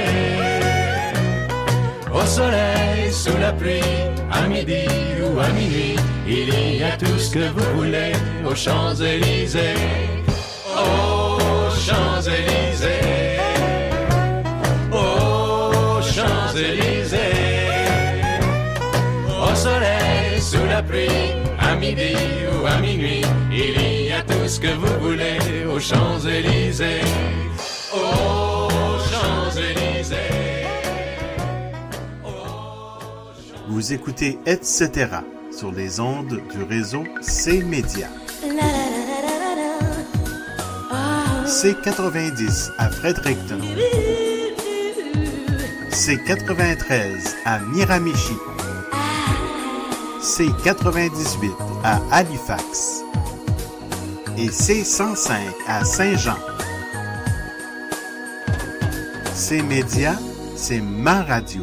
au soleil, sous la pluie, à midi ou à minuit, il y a tout ce que vous voulez aux Champs-Élysées. Aux Champs-Élysées, aux Champs-Élysées, au soleil, sous la pluie, à midi ou à minuit, il y a tout ce que vous voulez aux Champs-Élysées. Aux Champs-Élysées. Vous écoutez et cetera sur les ondes du réseau C-Média. C quatre-vingt-dix à Fredericton, C quatre-vingt-treize à Miramichi, C quatre-vingt-dix-huit à Halifax et C cent cinq à Saint-Jean. C-Média, c'est ma radio.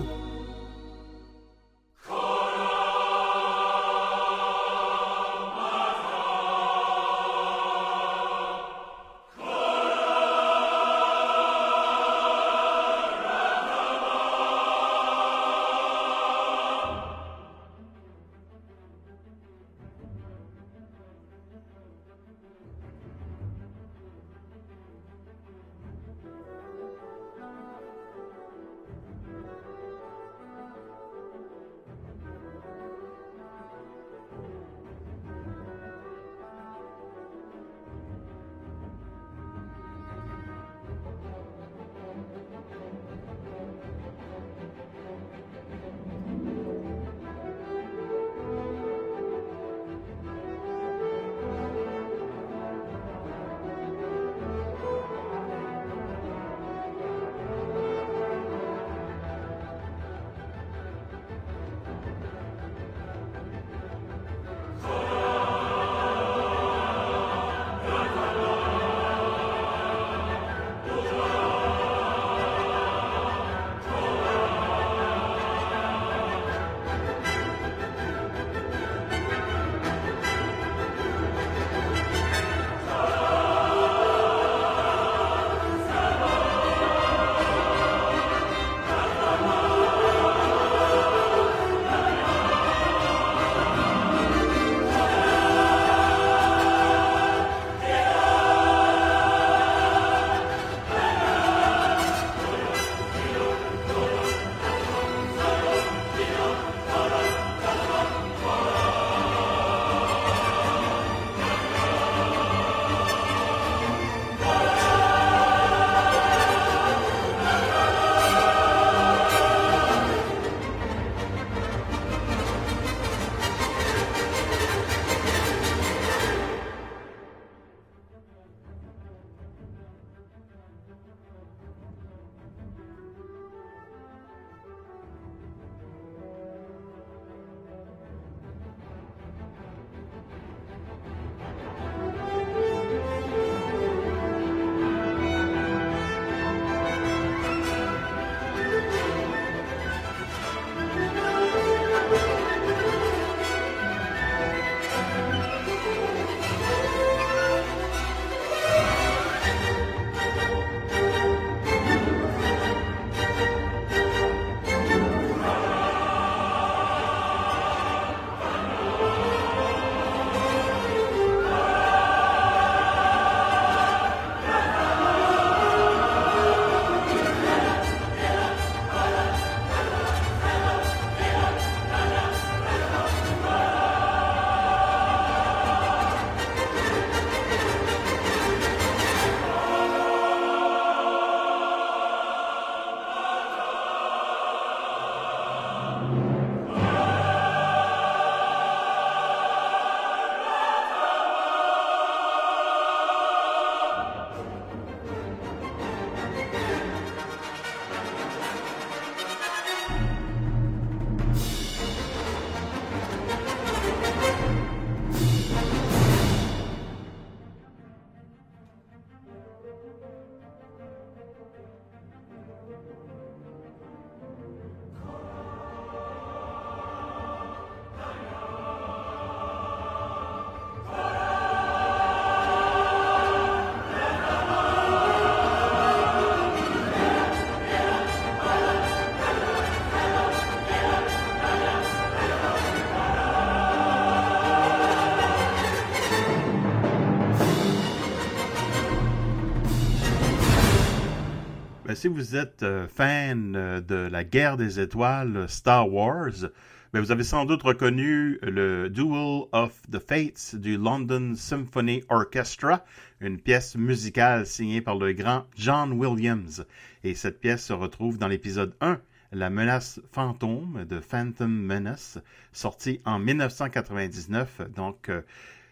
Ben, si vous êtes euh, fan euh, de la guerre des étoiles Star Wars, ben, vous avez sans doute reconnu le Duel of the Fates du London Symphony Orchestra, une pièce musicale signée par le grand John Williams. Et cette pièce se retrouve dans l'épisode un, La menace fantôme de Phantom Menace, sorti en dix-neuf cent quatre-vingt-dix-neuf. Donc, euh,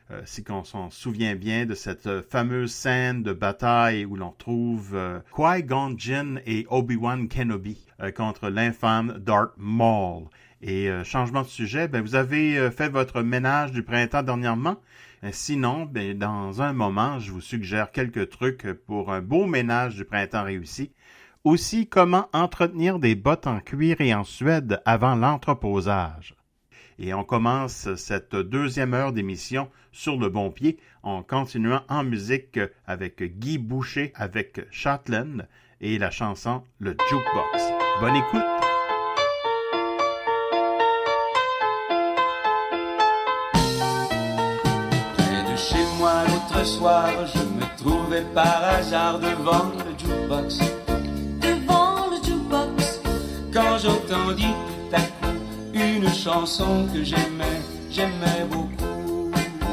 Euh, si on s'en souvient bien de cette euh, fameuse scène de bataille où l'on trouve euh, Qui-Gon Jinn et Obi-Wan Kenobi euh, contre l'infâme Darth Maul. Et euh, changement de sujet, ben, vous avez euh, fait votre ménage du printemps dernièrement. Euh, sinon, ben, dans un moment, je vous suggère quelques trucs pour un beau ménage du printemps réussi. Aussi, comment entretenir des bottes en cuir et en suède avant l'entreposage. Et on commence cette deuxième heure d'émission sur le bon pied en continuant en musique avec Guy Boucher avec Shotland et la chanson Le Jukebox. Bonne écoute! Près de chez moi l'autre soir, je me trouvais par hasard devant le jukebox. Devant le jukebox. Quand j'entendis tout à coup une chanson que j'aimais, j'aimais beaucoup.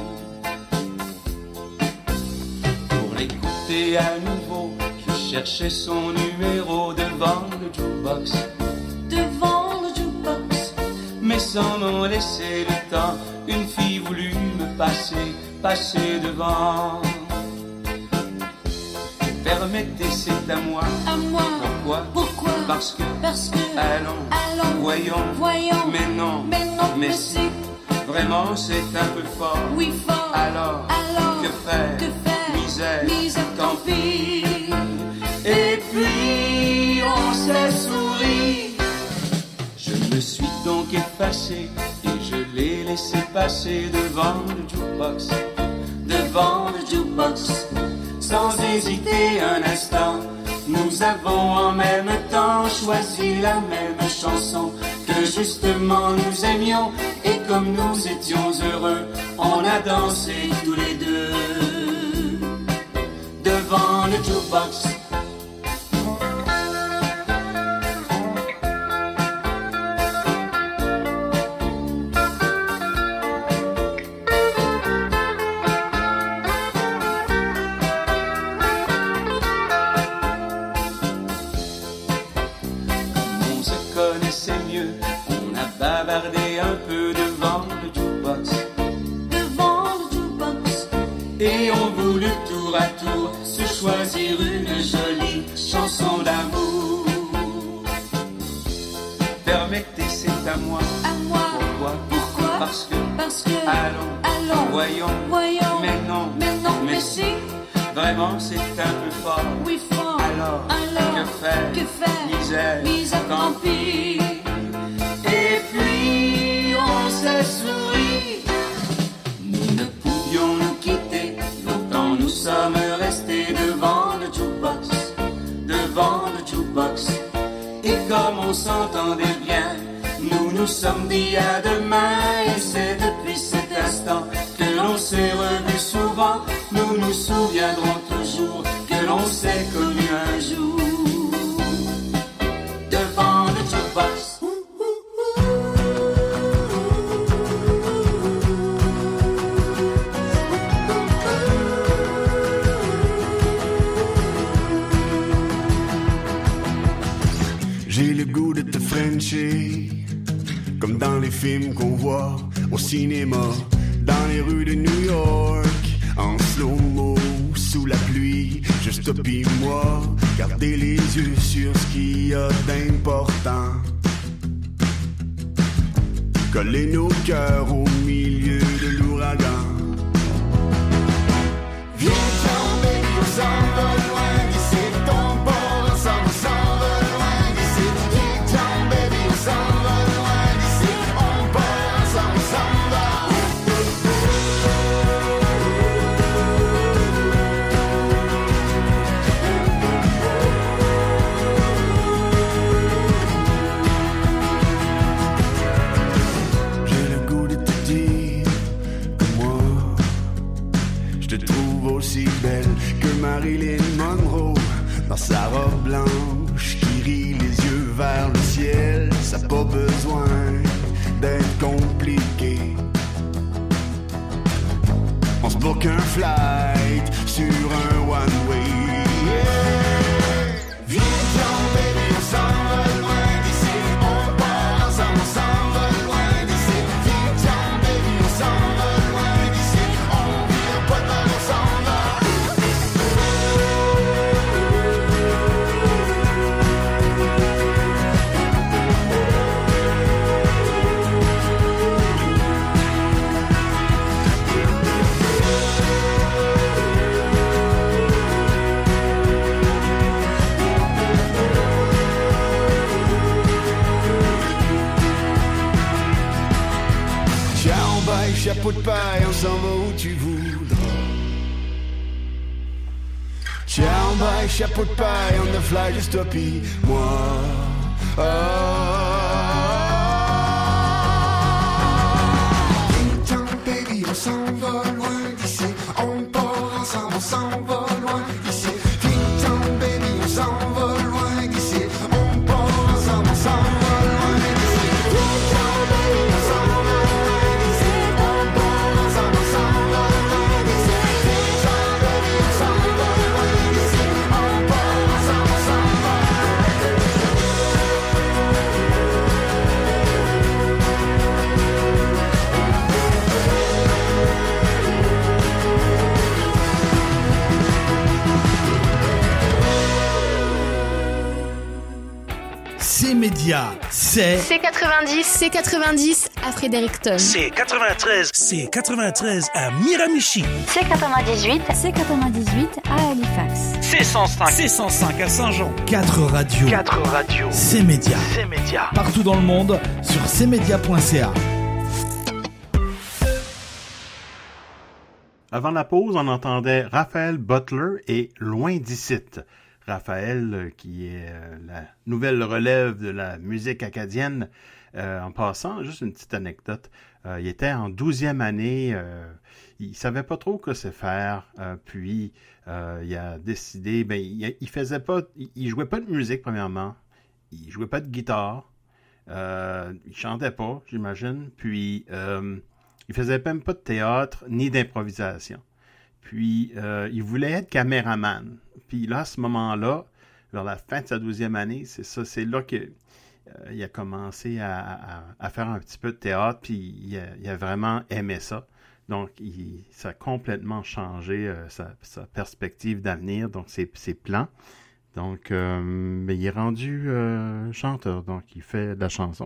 Pour l'écouter à nouveau, je cherchais son numéro devant le jukebox. Devant le jukebox. Mais sans m'en laisser le temps, une fille voulut me passer, passer devant. Permettez, c'est à moi. À moi. Pourquoi? Pourquoi? Parce que. Parce que. Allons. Allons. Voyons. Voyons. Mais non. Mais non. Mais si. Vraiment, c'est un peu fort. Oui, fort. Alors. Alors. Que faire? Que faire? Misère. Misère. Tant pis. Et puis, on s'est souri. Je me suis donc effacé et je l'ai laissé passer devant le jukebox. Devant le jukebox. Sans hésiter un instant, nous avons en même temps choisi la même chanson que justement nous aimions. Et comme nous étions heureux, on a dansé tous les deux devant le jukebox. Bavardé un peu devant le jukebox. Devant le jukebox. Et on voulut tour à tour se choisir une jolie chanson d'amour. Permettez, c'est à moi. À moi. Pourquoi? Pourquoi? Parce que. Parce que. Allons. Allons. Voyons. Voyons. Mais non. Mais non. Mais, mais si. Vraiment, c'est un peu fort. Oui, fort. Alors. Alors. Que faire? Que faire? Misère. Misère. Tant pis. Et puis on s'est souri. Nous ne pouvions nous quitter. Longtemps nous sommes restés devant le jukebox. Devant le jukebox. Et comme on s'entendait bien, nous nous sommes dit à demain. Et c'est depuis cet instant que l'on s'est revus souvent. Nous nous souviendrons toujours que l'on s'est connus un jour devant le jukebox. J'ai le goût de te frencher, comme dans les films qu'on voit au cinéma, dans les rues de New York, en slow-mo, sous la pluie, juste toi pis moi, garder les yeux sur ce qu'il y a d'important. Coller nos cœurs au milieu de l'ouragan. Viens, quand baby, on s'en va loin d'ici, ton port, on s'en va, s'en va loin d'ici. Viens, quand baby, on s'en va loin d'ici, on part, on s'en va, s'en va. J'ai le goût de te dire que moi, je te trouve aussi belle que Marilyn Monroe dans sa robe blanche qui rit les yeux vers le ciel. Ça n'a pas besoin d'être compliqué. On se book un flight sur un one-way. Yeah. Viens, quand baby, on s'en va loin d'ici. On part ensemble, on s'en va loin d'ici. Viens, quand baby, on s'en va loin d'ici. On paille, on s'en va où tu voudras. Ciao, bye, chapeau de paille, on the fly, juste toi pis moi. Oh. Baby, on s'en va loin d'ici. On part ensemble, on s'en va loin d'ici. Ting-tong, baby, on s'en va loin d'ici. On part ensemble, on s'en va loin d'ici. Ting-tong, baby, on s'en va loin d'ici. On part ensemble, on s'en va loin d'ici. Ting-tong, baby, on s'en va loin d'ici. On part ensemble, on s'en va loin C Média, c'est C quatre-vingt-dix, C quatre-vingt-dix à Fredericton. C quatre-vingt-treize, C quatre-vingt-treize à Miramichi. C quatre-vingt-dix-huit, C quatre-vingt-dix-huit à Halifax. C cent cinq, C cent cinq à Saint-Jean. quatre radios. quatre radios. C Média. C Média. Partout dans le monde sur c média point c a. Avant la pause, on entendait Raphaël Butler et Loin d'Icite. Raphaël, euh, qui est euh, la nouvelle relève de la musique acadienne. Euh, en passant, juste une petite anecdote, euh, il était en douzième année, euh, il savait pas trop quoi se faire, euh, puis euh, il a décidé, ben il, il faisait pas, il, il jouait pas de musique premièrement, il jouait pas de guitare, euh, il chantait pas, j'imagine, puis euh, il faisait même pas de théâtre ni d'improvisation. Puis, euh, il voulait être caméraman. Puis là, à ce moment-là, vers la fin de sa douzième année, c'est ça, c'est là qu'il euh, a commencé à, à, à faire un petit peu de théâtre, puis il a, il a vraiment aimé ça. Donc, il, ça a complètement changé euh, sa, sa perspective d'avenir, donc ses, ses plans. Donc, euh, mais il est rendu euh, chanteur, donc il fait de la chanson.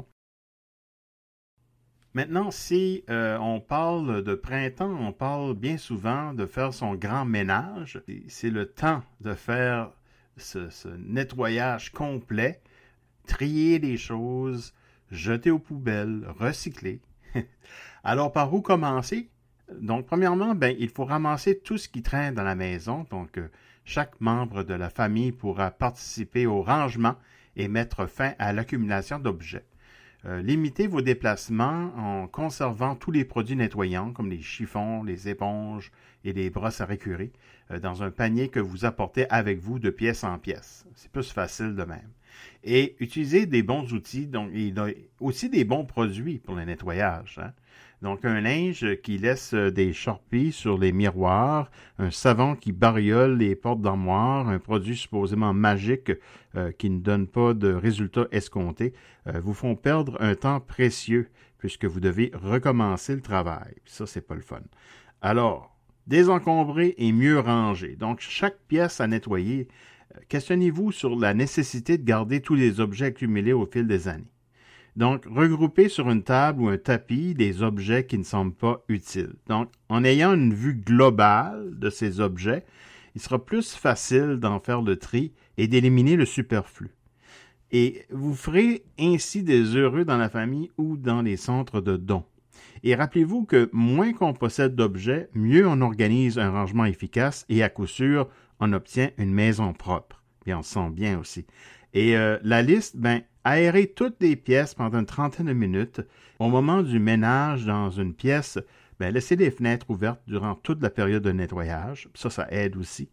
Maintenant, si euh, on parle de printemps, on parle bien souvent de faire son grand ménage. C'est le temps de faire ce, ce nettoyage complet, trier les choses, jeter aux poubelles, recycler. Alors, par où commencer? Donc, premièrement, ben, il faut ramasser tout ce qui traîne dans la maison. Donc, euh, chaque membre de la famille pourra participer au rangement et mettre fin à l'accumulation d'objets. Euh, limitez vos déplacements en conservant tous les produits nettoyants comme les chiffons, les éponges et les brosses à récurer euh, dans un panier que vous apportez avec vous de pièce en pièce. C'est plus facile de même. Et utilisez des bons outils, donc il y a aussi des bons produits pour le nettoyage. Hein? Donc, un linge qui laisse des charpies sur les miroirs, un savon qui bariole les portes d'armoire, un produit supposément magique euh, qui ne donne pas de résultats escomptés, euh, vous font perdre un temps précieux puisque vous devez recommencer le travail. Ça, c'est pas le fun. Alors, désencombrer et mieux ranger. Donc, chaque pièce à nettoyer, euh, questionnez-vous sur la nécessité de garder tous les objets accumulés au fil des années. Donc, regroupez sur une table ou un tapis des objets qui ne semblent pas utiles. Donc, en ayant une vue globale de ces objets, il sera plus facile d'en faire le tri et d'éliminer le superflu. Et vous ferez ainsi des heureux dans la famille ou dans les centres de dons. Et rappelez-vous que moins qu'on possède d'objets, mieux on organise un rangement efficace et à coup sûr, on obtient une maison propre. Et on se sent bien aussi. Et euh, la liste, ben, aérez toutes les pièces pendant une trentaine de minutes. Au moment du ménage dans une pièce, ben, laissez les fenêtres ouvertes durant toute la période de nettoyage. Ça, ça aide aussi.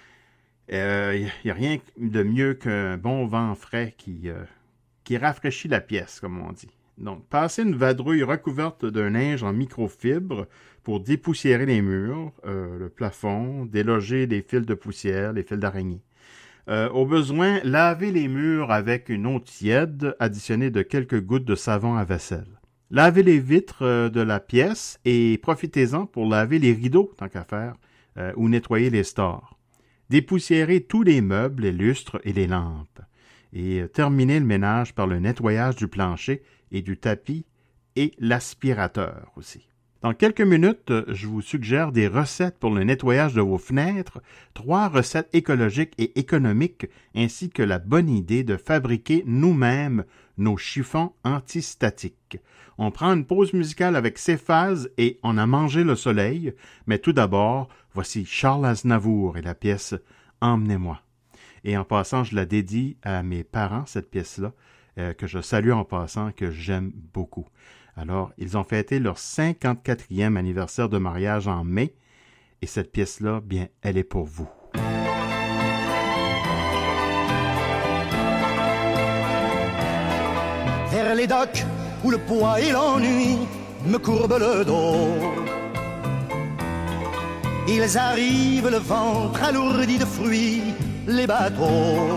Il euh, n'y a rien de mieux qu'un bon vent frais qui, euh, qui rafraîchit la pièce, comme on dit. Donc, passez une vadrouille recouverte d'un linge en microfibre pour dépoussiérer les murs, euh, le plafond, déloger les fils de poussière, les fils d'araignée. Euh, au besoin, lavez les murs avec une eau tiède additionnée de quelques gouttes de savon à vaisselle. Lavez les vitres euh, de la pièce et profitez-en pour laver les rideaux, tant qu'à faire, euh, ou nettoyer les stores. Dépoussiérez tous les meubles, les lustres et les lampes. Et euh, terminez le ménage par le nettoyage du plancher et du tapis et l'aspirateur aussi. Dans quelques minutes, je vous suggère des recettes pour le nettoyage de vos fenêtres, trois recettes écologiques et économiques, ainsi que la bonne idée de fabriquer nous-mêmes nos chiffons antistatiques. On prend une pause musicale avec Céphase et On a mangé le soleil, mais tout d'abord, voici Charles Aznavour et la pièce « Emmenez-moi ». Et en passant, je la dédie à mes parents, cette pièce-là, euh, que je salue en passant, que j'aime beaucoup. Alors, ils ont fêté leur cinquante-quatrième anniversaire de mariage en mai, et cette pièce-là, bien, elle est pour vous. Vers les docks où le poids et l'ennui me courbent le dos. Ils arrivent le ventre alourdi de fruits, les bateaux.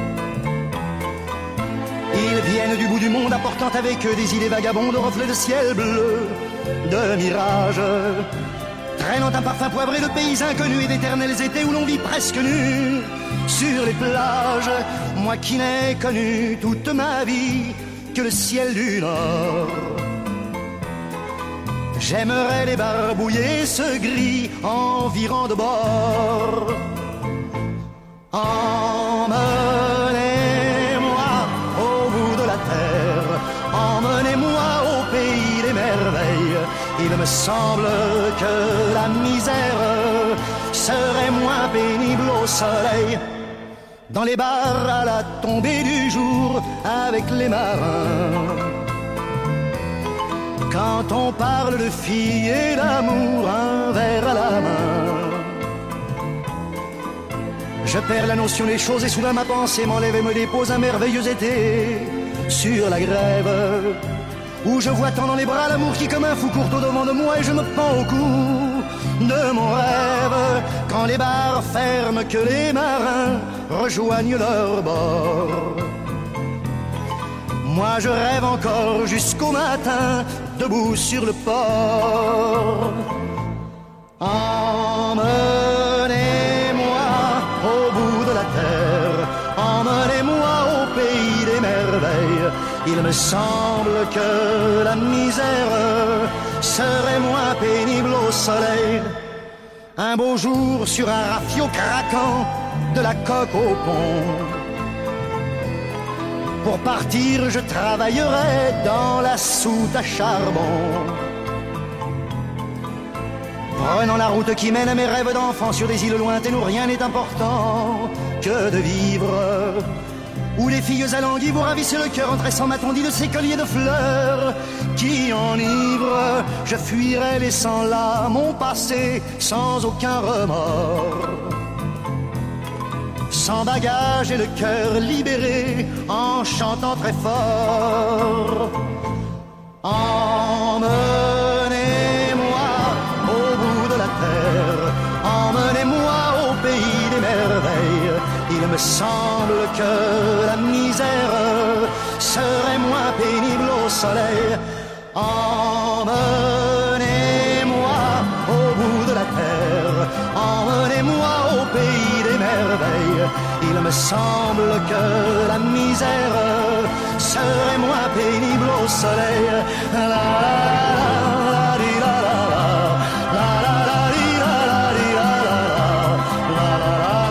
Ils viennent du bout du monde apportant avec eux des idées vagabondes, reflets de ciel bleu, de mirages, traînant un parfum poivré de pays inconnus et d'éternels étés où l'on vit presque nu sur les plages. Moi qui n'ai connu toute ma vie que le ciel du Nord, j'aimerais les barbouiller ce gris environ de bord. Emmenez-moi au bout de la terre, emmenez-moi au pays des merveilles. Il me semble que la misère serait moins pénible au soleil. Dans les bars à la tombée du jour avec les marins, quand on parle de filles et d'amour, un verre à la main, je perds la notion des choses et soudain ma pensée m'enlève et me dépose un merveilleux été sur la grève, où je vois tant dans les bras l'amour qui comme un fou court au devant de moi et je me pends au cou de mon rêve. Quand les bars ferment, que les marins rejoignent leur bord, moi je rêve encore jusqu'au matin, debout sur le port. Emmenez-moi au bout de la terre, emmenez-moi au pays des merveilles. Il me semble que la misère serait moins pénible au soleil. Un beau jour sur un rafio craquant, de la coque au pont. Pour partir, je travaillerai dans la soute à charbon, prenant la route qui mène à mes rêves d'enfant sur des îles lointaines où rien n'est important que de vivre, où les filles alanguies vous ravissent le cœur en tressant ma tondie de ces colliers de fleurs qui enivrent. Je fuirai laissant là mon passé sans aucun remords, sans bagage et le cœur libéré, en chantant très fort. Emmenez-moi au bout de la terre, emmenez-moi au pays des merveilles. Il me semble que la misère serait moins pénible au soleil. Emmenez-moi au bout de la terre, emmenez-moi au pays des merveilles. Il me semble que la misère serait moins pénible au soleil. La, la, la, di, la, la, la, la, la, la, di, la, la, di, la, la, la, la, la, la.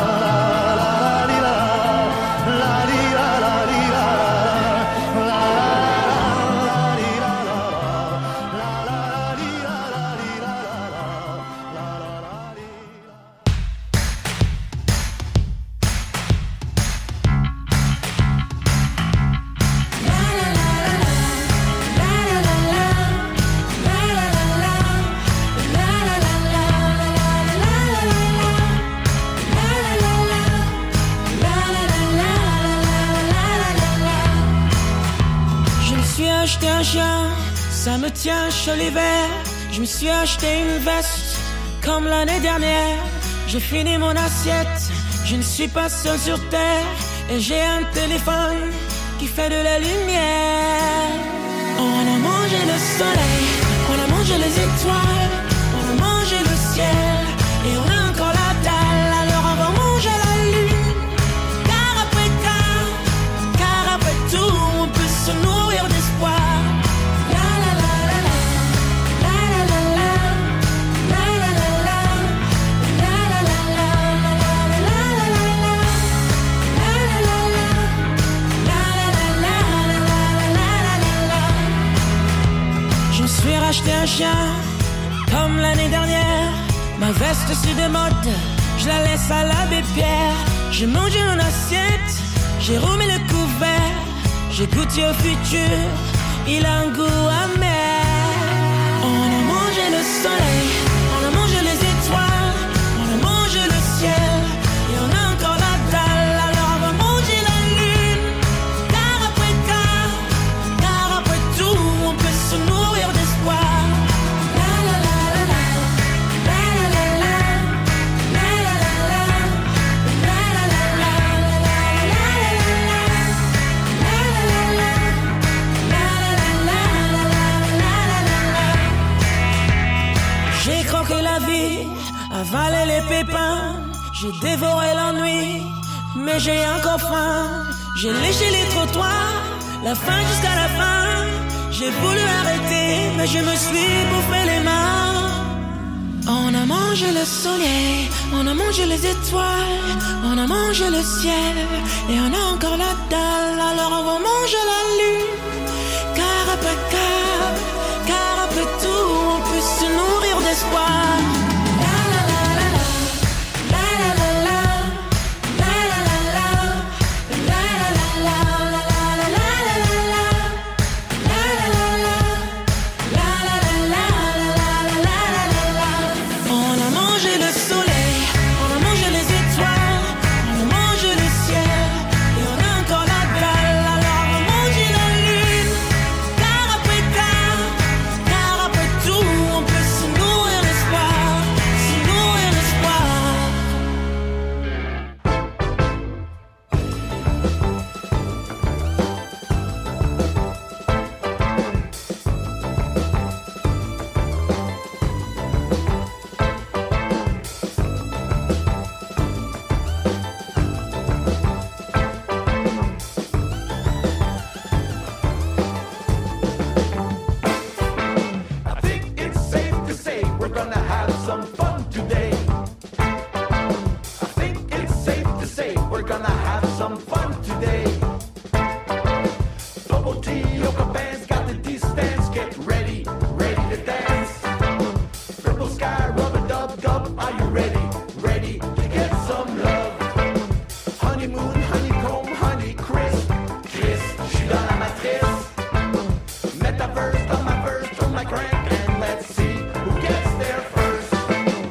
acheté un chien, ça me tient chaud l'hiver. Je me suis acheté une veste comme l'année dernière. J'ai fini mon assiette, je ne suis pas seul sur terre. Et j'ai un téléphone qui fait de la lumière. On a mangé le soleil, on a mangé les étoiles, on a mangé le ciel, et on a encore la dalle. Alors on va manger la lune, car après tout, car après tout, on peut se nourrir d'espoir. La la la la la, la la chien, comme l'année dernière. Ma veste c'est de mode, je la laisse à l'abbé Pierre. J'ai mangé mon assiette, j'ai remis le couvert. J'ai goûté au futur, il a un goût amer. On a mangé le soleil, on a mangé les étoiles, on a mangé le ciel, et on a encore la dalle. Alors on va manger la lune, car après car, car après tout, on peut se nourrir d'espoir. La la la la la, la la la la, la la la la, la la la la, la la la la. J'ai croqué la vie, avalé les pépins, j'ai dévoré l'ennui, mais j'ai encore faim. J'ai léché les trottoirs, la fin jusqu'à la fin. J'ai voulu arrêter, mais je me suis bouffé les mains. On a mangé le soleil, on a mangé les étoiles, on a mangé le ciel, et on a encore la dalle. Alors on va manger la lune, car après car, car après tout, on peut se nourrir d'espoir. La la la la la, la la la la, la la la la, la la la la, la la la la, la la la la, la la la la, la la la la. On a mangé le soleil, on a mangé les étoiles, on a mangé le ciel, et on a encore la dalle. Alors on va manger la lune, car après car, car après tout, on peut se nourrir d'espoir, se nourrir d'espoir. I think it's safe to say we're gonna have some fun today. I think it's safe to say we're gonna have some fun today. Bubble tea, yoga bands, got the distance, get ready, ready to dance. Purple sky, rubber dub dub, are you ready, ready to get some love? Honeymoon, honeycomb, honey, Chris, Chris, je suis dans la matrice. Metaverse, dans ma verse, turn my crank, and let's see who gets there first.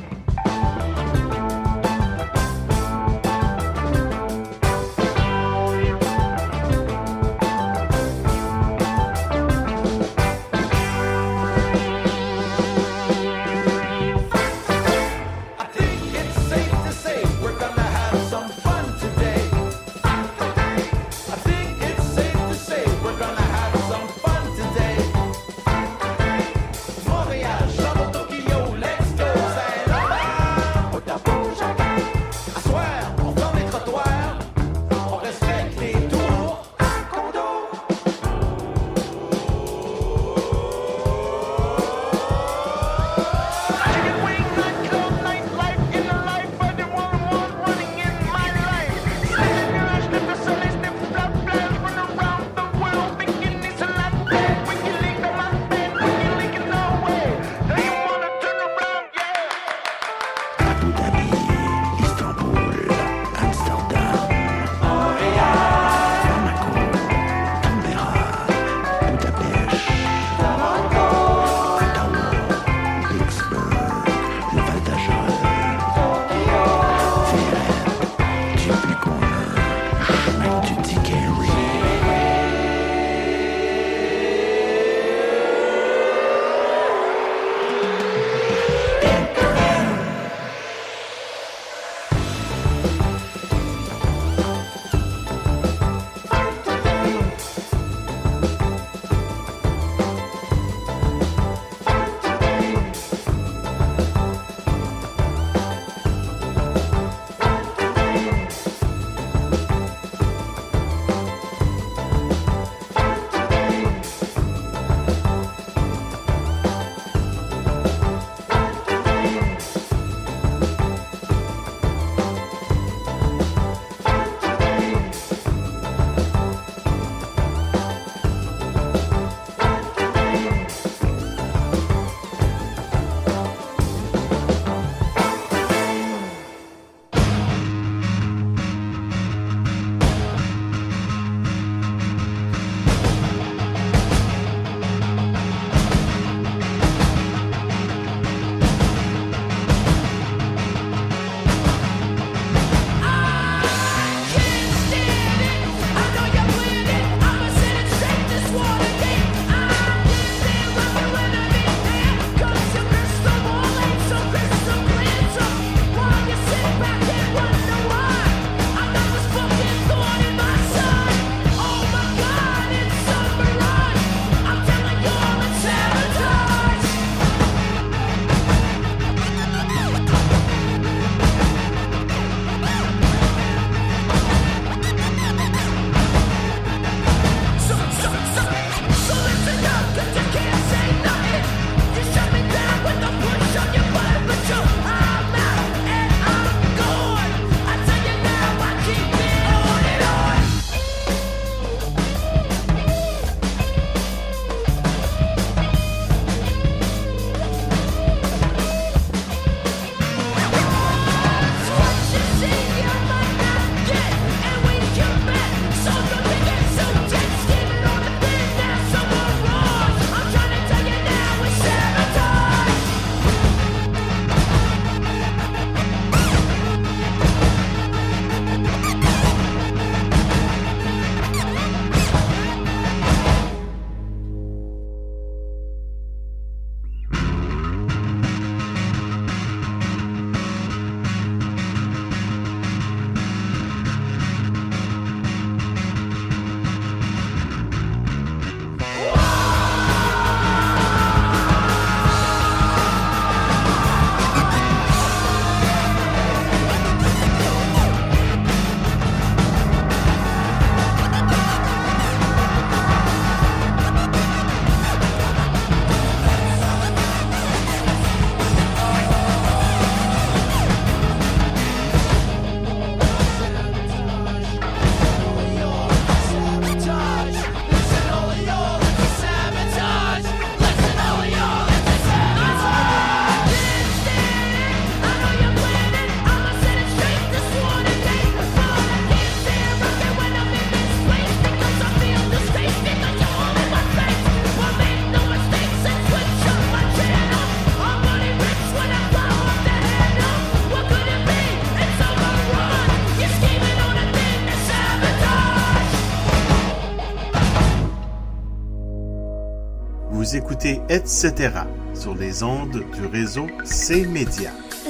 Vous écoutez et cetera sur les ondes du réseau C-Média.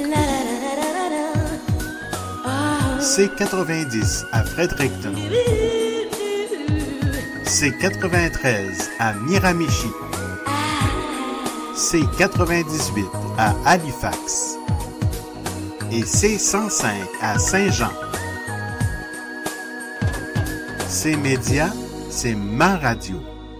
C quatre-vingt-dix à Fredericton. C quatre-vingt-treize à Miramichi. C quatre-vingt-dix-huit à Halifax. Et C cent cinq à Saint-Jean. C-Média, c'est ma radio.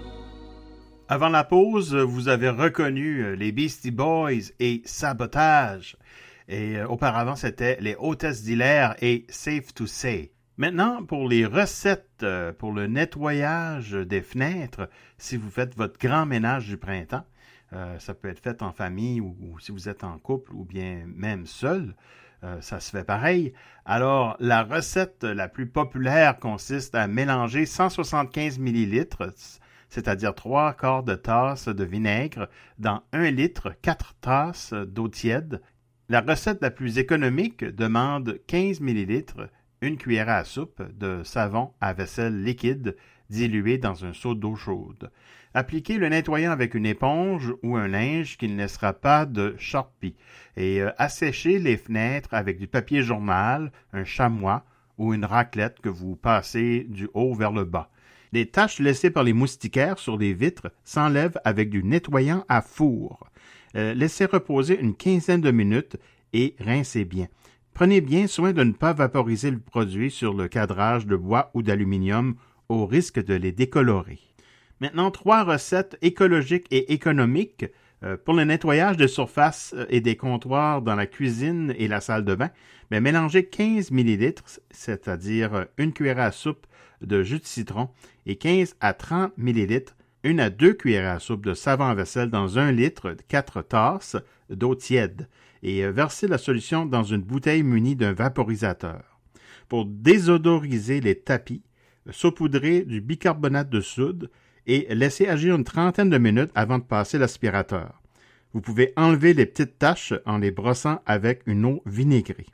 Avant la pause, vous avez reconnu les Beastie Boys et Sabotage. Et euh, auparavant, c'était les Hôtesses d'Hilaire et Safe to Say. Maintenant, pour les recettes euh, pour le nettoyage des fenêtres, si vous faites votre grand ménage du printemps, euh, ça peut être fait en famille ou, ou si vous êtes en couple ou bien même seul, euh, ça se fait pareil. Alors, la recette la plus populaire consiste à mélanger cent soixante-quinze millilitres, c'est-à-dire trois quarts de tasse de vinaigre, dans un litre, quatre tasses d'eau tiède. La recette la plus économique demande quinze millilitres, une cuillère à soupe de savon à vaisselle liquide dilué dans un seau d'eau chaude. Appliquez le nettoyant avec une éponge ou un linge qui ne laissera pas de charpie et euh, asséchez les fenêtres avec du papier journal, un chamois ou une raclette que vous passez du haut vers le bas. Les taches laissées par les moustiquaires sur les vitres s'enlèvent avec du nettoyant à four. Euh, laissez reposer une quinzaine de minutes et rincez bien. Prenez bien soin de ne pas vaporiser le produit sur le cadrage de bois ou d'aluminium au risque de les décolorer. Maintenant, trois recettes écologiques et économiques euh, pour le nettoyage de surface et des comptoirs dans la cuisine et la salle de bain. Bien, mélangez quinze millilitres, c'est-à-dire une cuillère à soupe de jus de citron et quinze à trente millilitres, une à deux cuillères à soupe de savon à vaisselle dans un litre, quatre tasses d'eau tiède et versez la solution dans une bouteille munie d'un vaporisateur. Pour désodoriser les tapis, saupoudrez du bicarbonate de soude et laissez agir une trentaine de minutes avant de passer l'aspirateur. Vous pouvez enlever les petites taches en les brossant avec une eau vinaigrée.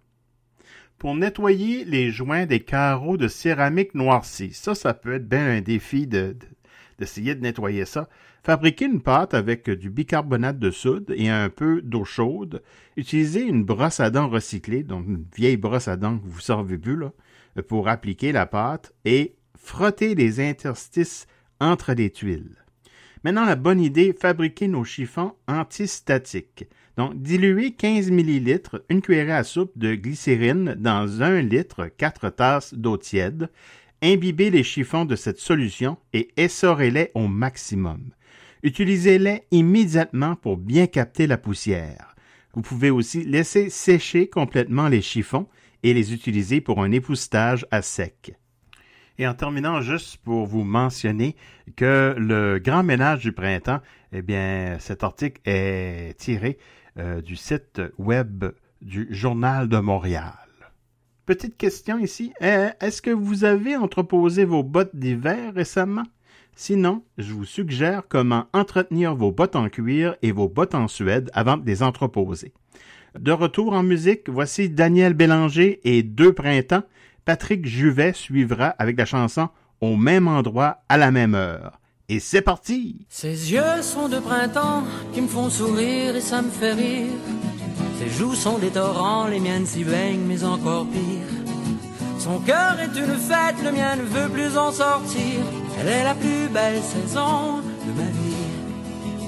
Pour nettoyer les joints des carreaux de céramique noircis, ça, ça peut être bien un défi de, de, d'essayer de nettoyer ça. Fabriquez une pâte avec du bicarbonate de soude et un peu d'eau chaude. Utilisez une brosse à dents recyclée, donc une vieille brosse à dents que vous ne servez plus, là, pour appliquer la pâte et frottez les interstices entre les tuiles. Maintenant, la bonne idée, fabriquez nos chiffons antistatiques. Donc, diluez quinze millilitres, une cuillère à soupe de glycérine dans un litre, quatre tasses d'eau tiède. Imbibez les chiffons de cette solution et essorez-les au maximum. Utilisez-les immédiatement pour bien capter la poussière. Vous pouvez aussi laisser sécher complètement les chiffons et les utiliser pour un époussetage à sec. Et en terminant, juste pour vous mentionner que le grand ménage du printemps, eh bien, cet article est tiré euh, du site web du Journal de Montréal. Petite question ici, est-ce que vous avez entreposé vos bottes d'hiver récemment? Sinon, je vous suggère comment entretenir vos bottes en cuir et vos bottes en suède avant de les entreposer. De retour en musique, voici Daniel Bélanger et Deux printemps. Patrick Juvet suivra avec la chanson « Au même endroit, à la même heure ». Et c'est parti! Ses yeux sont de printemps qui me font sourire et ça me fait rire. Ses joues sont des torrents, les miennes s'y baignent, mais encore pire. Son cœur est une fête, le mien ne veut plus en sortir. Elle est la plus belle saison de ma vie.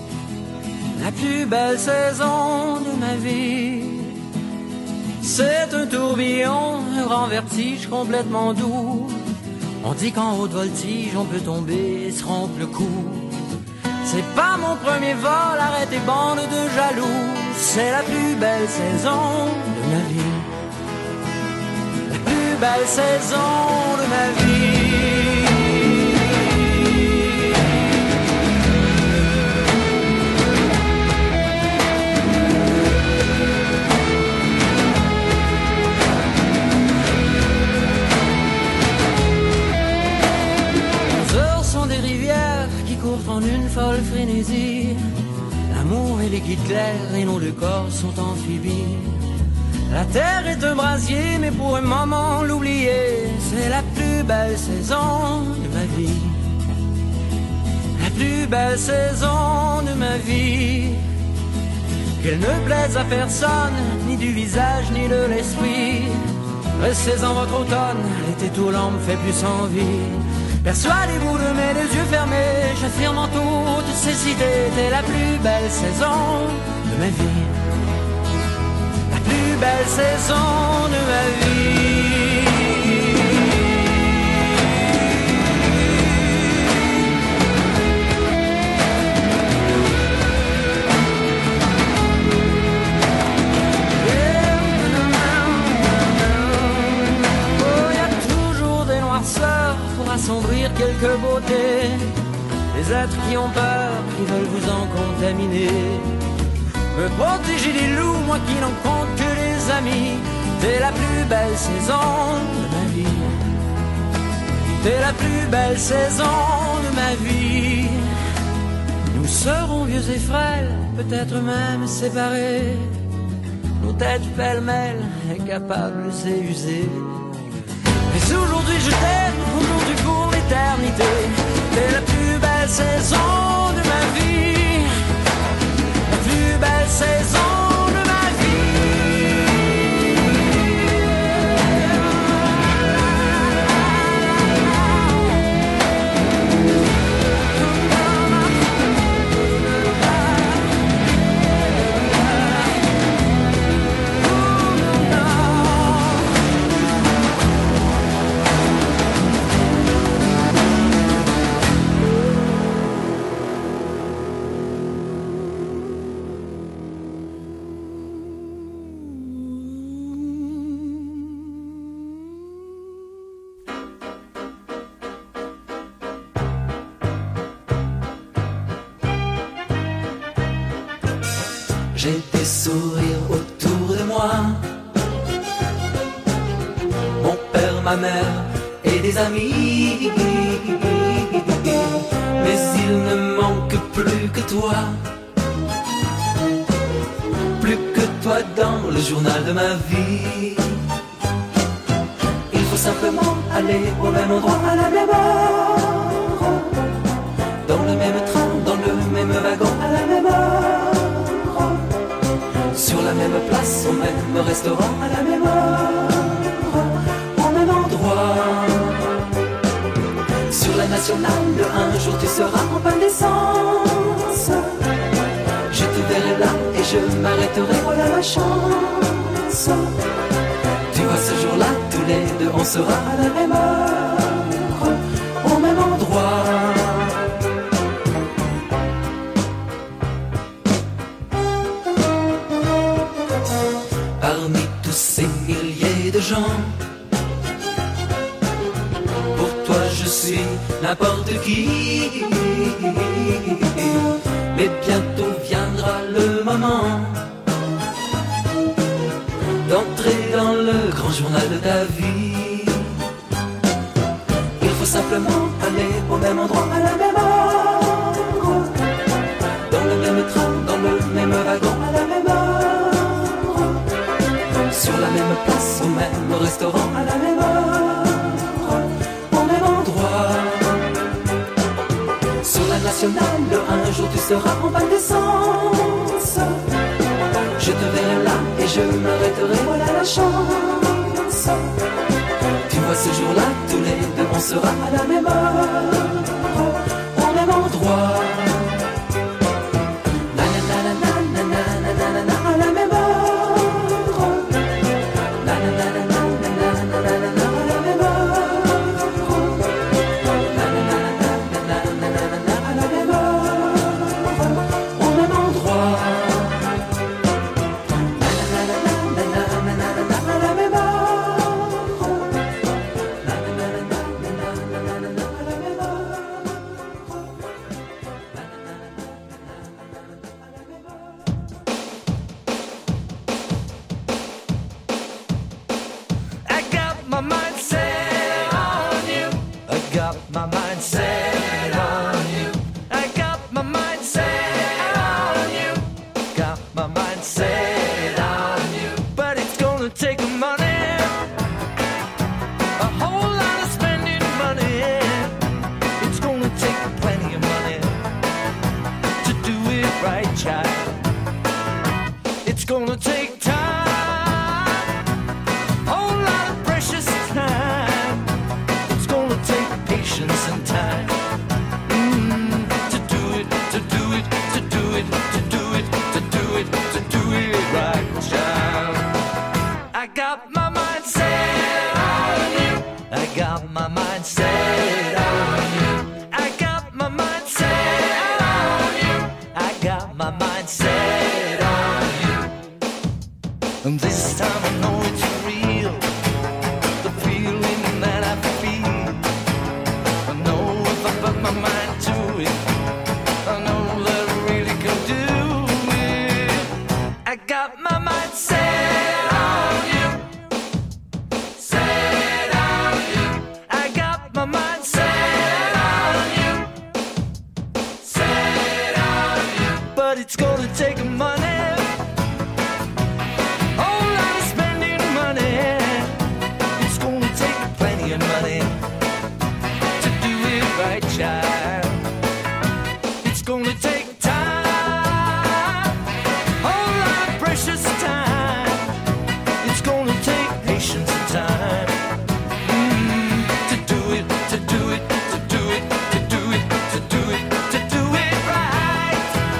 La plus belle saison de ma vie. C'est un tourbillon, un grand vertige complètement doux. On dit qu'en haute voltige, on peut tomber et se rompre le cou. C'est pas mon premier vol, arrête tes bandes de jaloux. C'est la plus belle saison de ma vie. La plus belle saison de ma vie. Les heures sont des rivières qui courent en une folle frénésie. L'amour et les guides clairs et nos deux corps sont amphibies. La terre est un brasier, mais pour un moment l'oublier, c'est la plus belle saison de ma vie. La plus belle saison de ma vie. Qu'elle ne plaise à personne, ni du visage, ni de l'esprit. Restez en votre automne, l'été tout lent me fait plus envie. Persuadez-vous de mes deux yeux fermés, j'affirme en toute cécité, t'es la plus belle saison de ma vie. La plus belle saison de ma vie. Assombrir quelques beautés, les êtres qui ont peur, qui veulent vous en contaminer. Me protéger des loups, moi qui n'en compte que les amis. T'es la plus belle saison de ma vie. T'es la plus belle saison de ma vie. Nous serons vieux et frêles, peut-être même séparés. Nos têtes pêle-mêle, incapables et usées. Mais aujourd'hui je t'aime, aujourd'hui pour l'éternité. T'es la plus belle saison de ma vie. La plus belle saison de ma J'ai des sourires autour de moi, mon père, ma mère et des amis. Mais il ne manque plus que toi, plus que toi dans le journal de ma vie. Il faut simplement aller au même endroit, à la même heure, dans le même train, dans le même wagon, à la même heure, sur la même place, au même restaurant, à la même heure, au même endroit. Sur la nationale, un jour tu seras en panne d'essence. Je te verrai là et je m'arrêterai, voilà ma chance. Tu vois ce jour-là, tous les deux on sera à la même heure, au même endroit. Parmi tous ces milliers de gens, pour toi je suis n'importe qui. Mais bientôt viendra le moment d'entrer dans le grand journal de ta vie. Il faut simplement aller au même endroit, à la même heure, dans le même train, dans le même wagon, à la même heure, sur la même place, au même restaurant, à la même heure, au même endroit. Sur la nationale, un jour tu seras en panne d'essence. Je te verrai là et je m'arrêterai, voilà la chance. Tu vois ce jour-là, tous les deux on sera à la même heure, au même endroit. Na na na na na na na na na na, à la même heure. Na na na na na na na na na na, à la même heure. Na na na na na na na na na, à la même heure, au même endroit. got my mind set on you. I got my mind set on you. I got my mind set on you. I got my mind set on you. And this time I know it's real. The feeling that I feel. I know if I put my mind to it, I know that I really can do it. I got my mind set on you. Set on you. I got my mind set on you. Set on you. But it's gonna take money. Whole lot of spending money. It's gonna take plenty of money to do it right, child. It's gonna take time. Whole lot of precious time. It's gonna take patience and time. Mm, to do it, to do it, to do it, to do it, to do it, to do it right.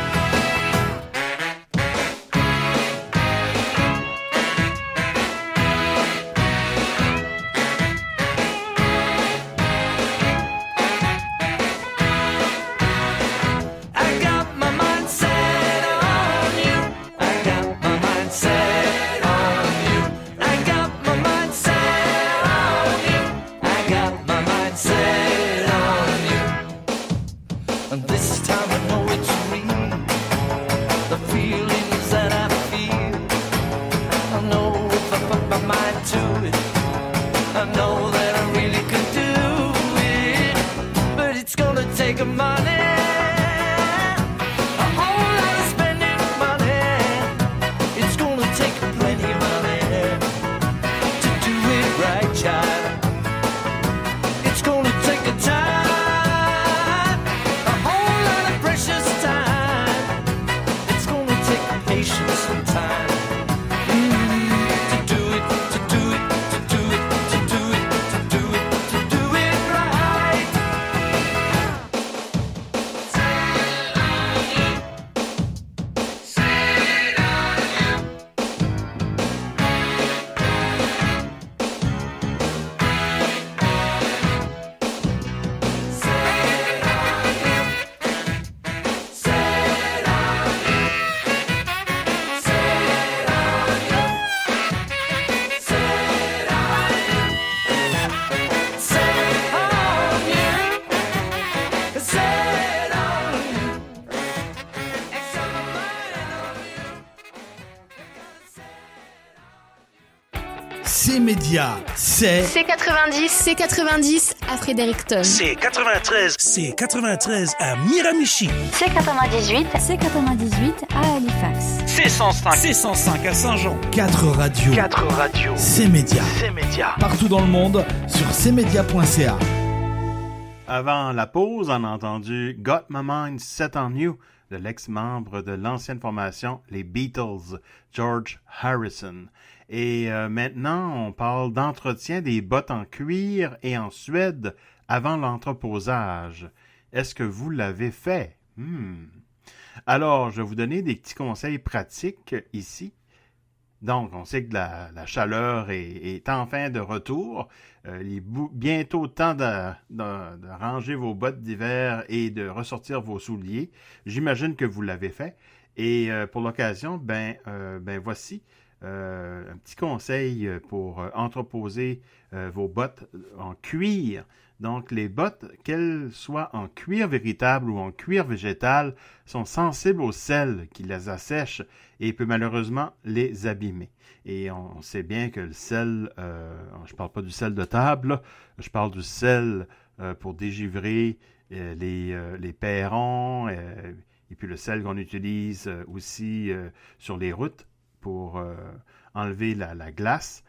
I got my mind set on you. I got my mind set on you. I got my mind set on you. I got my mind set on you. And this time I know it's real. The feelings that I feel. I know if I put my mind to it, I know that I really can do it. But it's gonna take a money. A whole lot of spending money. It's gonna take plenty of money to do it right, child. It's gonna take a time, a whole lot of precious time. It's gonna take patience and time. Mm, to do it, to do it, to do it, to do it, to do it, to do it right. C Média, c'est C quatre-vingt-dix, C quatre-vingt-dix à Fredericton. C quatre-vingt-treize, C quatre-vingt-treize à Miramichi. C quatre-vingt-dix-huit, C quatre-vingt-dix-huit à Halifax. C cent cinq, C cent cinq à Saint-Jean. quatre radios. quatre radios. C Média. C Média. Partout dans le monde sur c média point c a. Avant la pause, on a entendu Got My Mind Set on You de l'ex-membre de l'ancienne formation, les Beatles, George Harrison. Et euh, maintenant, on parle d'entretien des bottes en cuir et en Suède avant l'entreposage. Est-ce que vous l'avez fait? Hmm. Alors, je vais vous donner des petits conseils pratiques ici. Donc, on sait que la, la chaleur est, est enfin de retour. Euh, il est bou- bientôt temps de, de, de ranger vos bottes d'hiver et de ressortir vos souliers. J'imagine que vous l'avez fait. Et euh, pour l'occasion, ben, euh, ben voici euh, un petit conseil pour euh, entreposer euh, vos bottes en cuir. Donc, les bottes, qu'elles soient en cuir véritable ou en cuir végétal, sont sensibles au sel qui les assèche et peut malheureusement les abîmer. Et on sait bien que le sel, euh, je ne parle pas du sel de table, là, je parle du sel euh, pour dégivrer euh, les, euh, les perrons, euh, et puis le sel qu'on utilise euh, aussi euh, sur les routes pour euh, enlever la, la glace.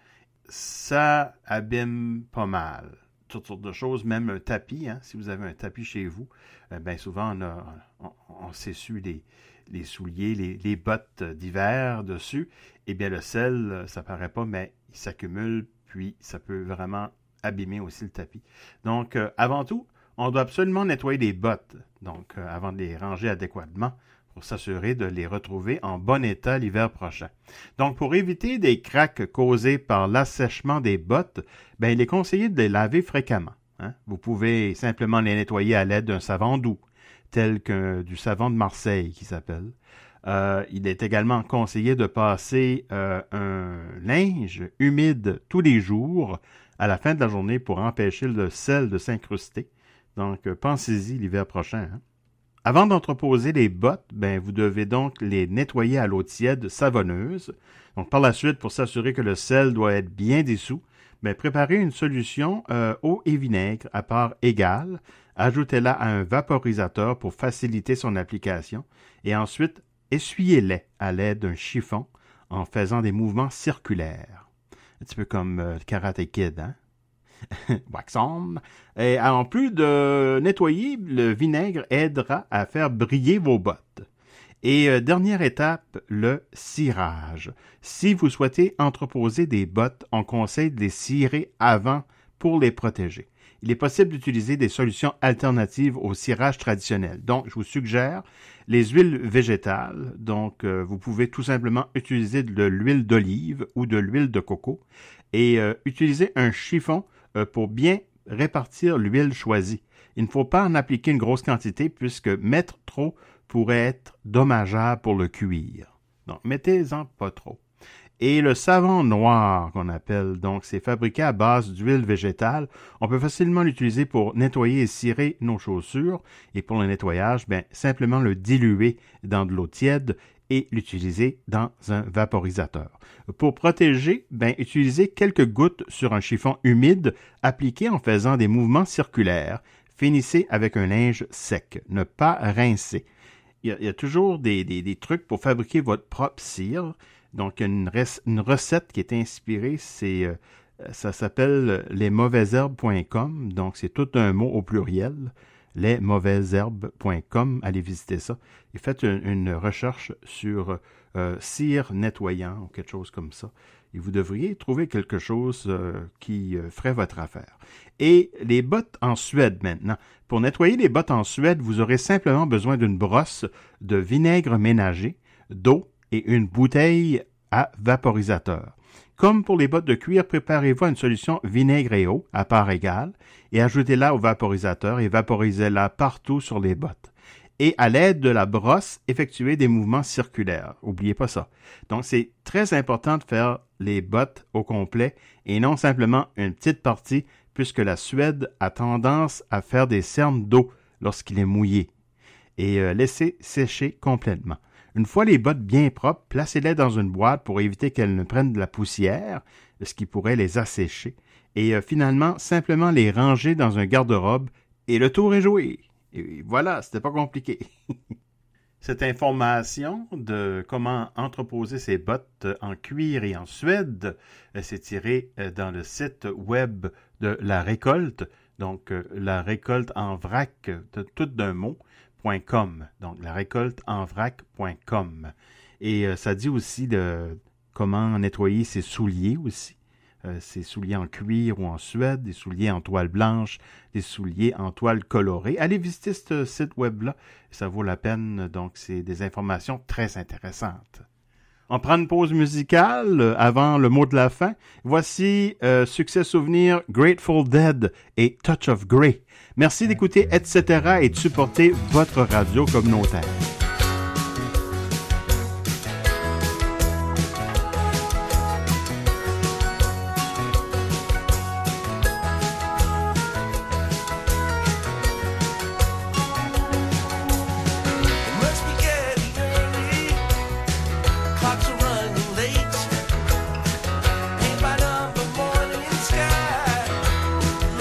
Ça abîme pas mal. Toutes sortes de choses, même un tapis, hein, si vous avez un tapis chez vous, euh, bien souvent on, a, on, on s'essuie les, les souliers, les, les bottes d'hiver dessus, et bien le sel, ça paraît pas, mais il s'accumule, puis ça peut vraiment abîmer aussi le tapis. Donc, euh, avant tout, on doit absolument nettoyer les bottes, donc euh, avant de les ranger adéquatement, pour s'assurer de les retrouver en bon état l'hiver prochain. Donc, pour éviter des craques causées par l'assèchement des bottes, ben, il est conseillé de les laver fréquemment. Hein? Vous pouvez simplement les nettoyer à l'aide d'un savon doux, tel que du savon de Marseille qui s'appelle. Euh, il est également conseillé de passer euh, un linge humide tous les jours à la fin de la journée pour empêcher le sel de s'incruster. Donc, euh, pensez-y l'hiver prochain. Hein? Avant d'entreposer les bottes, ben, vous devez donc les nettoyer à l'eau tiède savonneuse. Donc, par la suite, pour s'assurer que le sel doit être bien dissous, ben, préparez une solution euh, eau et vinaigre à part égale. Ajoutez-la à un vaporisateur pour faciliter son application. Et ensuite, essuyez-les à l'aide d'un chiffon en faisant des mouvements circulaires. Un petit peu comme euh, Karate Kid, hein? Wax on. Et en plus de nettoyer, le vinaigre aidera à faire briller vos bottes. Et euh, dernière étape, le cirage. Si vous souhaitez entreposer des bottes, on conseille de les cirer avant pour les protéger. Il est possible d'utiliser des solutions alternatives au cirage traditionnel. Donc, je vous suggère les huiles végétales. Donc, euh, vous pouvez tout simplement utiliser de l'huile d'olive ou de l'huile de coco et euh, utiliser un chiffon euh, pour bien répartir l'huile choisie. Il ne faut pas en appliquer une grosse quantité puisque mettre trop pourrait être dommageable pour le cuir. Donc, mettez-en pas trop. Et le savon noir qu'on appelle, donc c'est fabriqué à base d'huile végétale. On peut facilement l'utiliser pour nettoyer et cirer nos chaussures. Et pour le nettoyage, ben, simplement le diluer dans de l'eau tiède et l'utiliser dans un vaporisateur. Pour protéger, ben, utilisez quelques gouttes sur un chiffon humide appliqué en faisant des mouvements circulaires. Finissez avec un linge sec. Ne pas rincer. Il y a, il y a toujours des, des, des trucs pour fabriquer votre propre cire. Donc, une, res- une recette qui est inspirée, c'est, euh, ça s'appelle les mauvaises herbes point com. Donc, c'est tout un mot au pluriel, les mauvaises herbes point com. Allez visiter ça et faites une, une recherche sur euh, cire nettoyant ou quelque chose comme ça. Et vous devriez trouver quelque chose euh, qui euh, ferait votre affaire. Et les bottes en Suède maintenant. Pour nettoyer les bottes en Suède, vous aurez simplement besoin d'une brosse de vinaigre ménager, d'eau, et une bouteille à vaporisateur. Comme pour les bottes de cuir, préparez-vous à une solution vinaigre et eau à part égale et ajoutez-la au vaporisateur et vaporisez-la partout sur les bottes. Et à l'aide de la brosse, effectuez des mouvements circulaires. N'oubliez pas ça. Donc, c'est très important de faire les bottes au complet et non simplement une petite partie puisque la Suède a tendance à faire des cernes d'eau lorsqu'il est mouillé et euh, laissez sécher complètement. Une fois les bottes bien propres, placez-les dans une boîte pour éviter qu'elles ne prennent de la poussière, ce qui pourrait les assécher. Et euh, finalement, simplement les ranger dans un garde-robe et le tour est joué. Et voilà, c'était pas compliqué. Cette information de comment entreposer ses bottes en cuir et en Suède, c'est tiré dans le site web de La Récolte. Donc, La Récolte en vrac, de, tout d'un mot. .com, donc la récolte en vrac point com. Et euh, ça dit aussi de comment nettoyer ses souliers aussi. Euh, ses souliers en cuir ou en Suède, des souliers en toile blanche, des souliers en toile colorée. Allez visiter ce site web-là, ça vaut la peine. Donc, c'est des informations très intéressantes. On prend une pause musicale avant le mot de la fin. Voici euh, Succès Souvenir, Grateful Dead et Touch of Grey. Merci d'écouter et cetera et de supporter votre radio communautaire.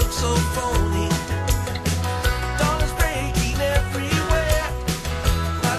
Phony. Dawn is breaking everywhere.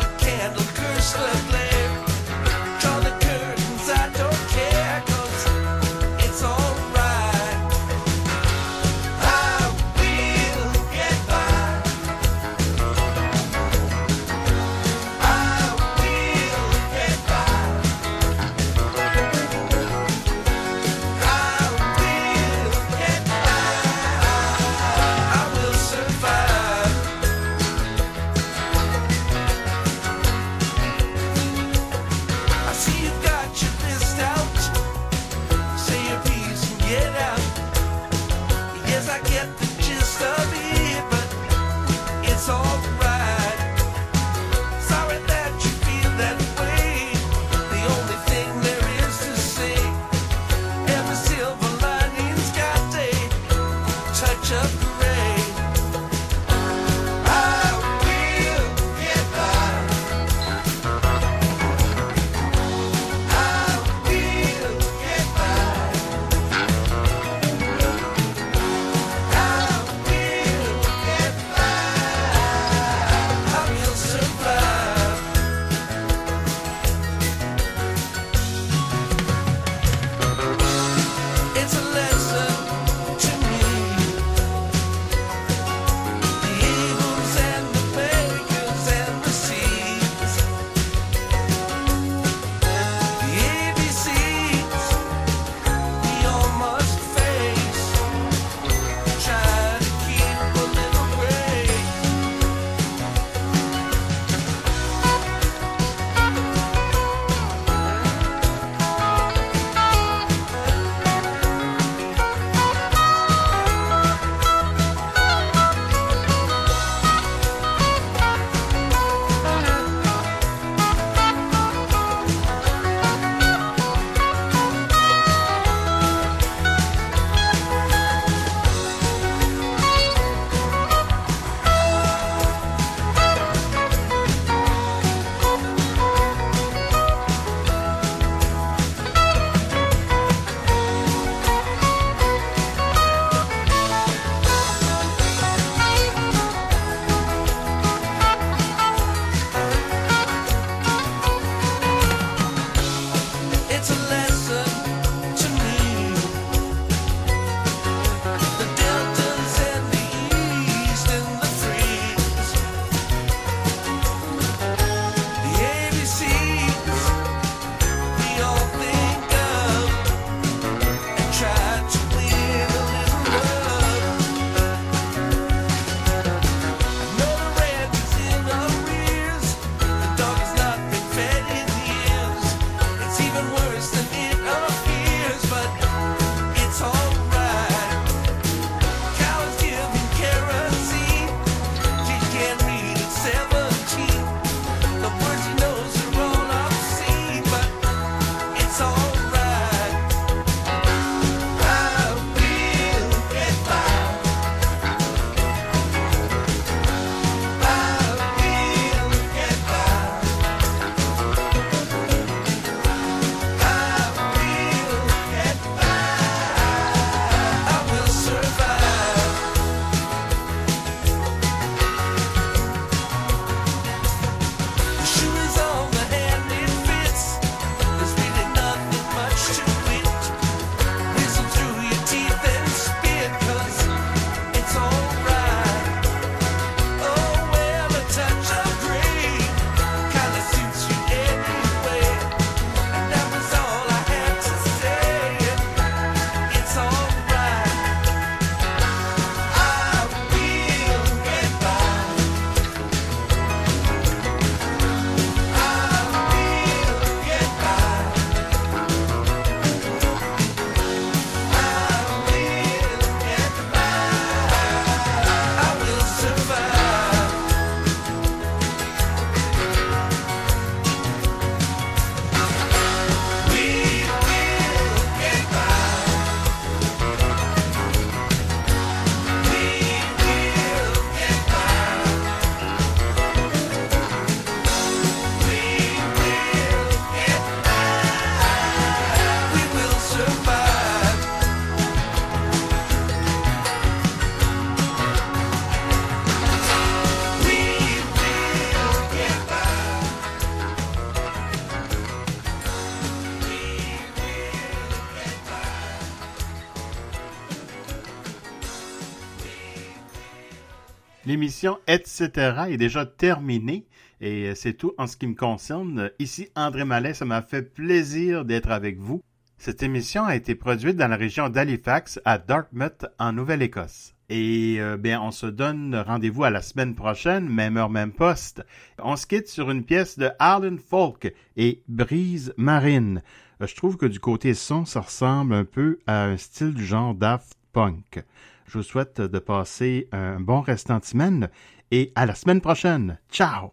L'émission et cetera est déjà terminée et c'est tout en ce qui me concerne. Ici André Mallet, ça m'a fait plaisir d'être avec vous. Cette émission a été produite dans la région d'Halifax à Dartmouth en Nouvelle-Écosse. Et euh, bien, on se donne rendez-vous à la semaine prochaine, même heure, même poste. On se quitte sur une pièce de Alan Folk et Brise Marine. Euh, je trouve que du côté son, ça ressemble un peu à un style du genre Daft Punk. Je vous souhaite de passer un bon restant de semaine et à la semaine prochaine. Ciao!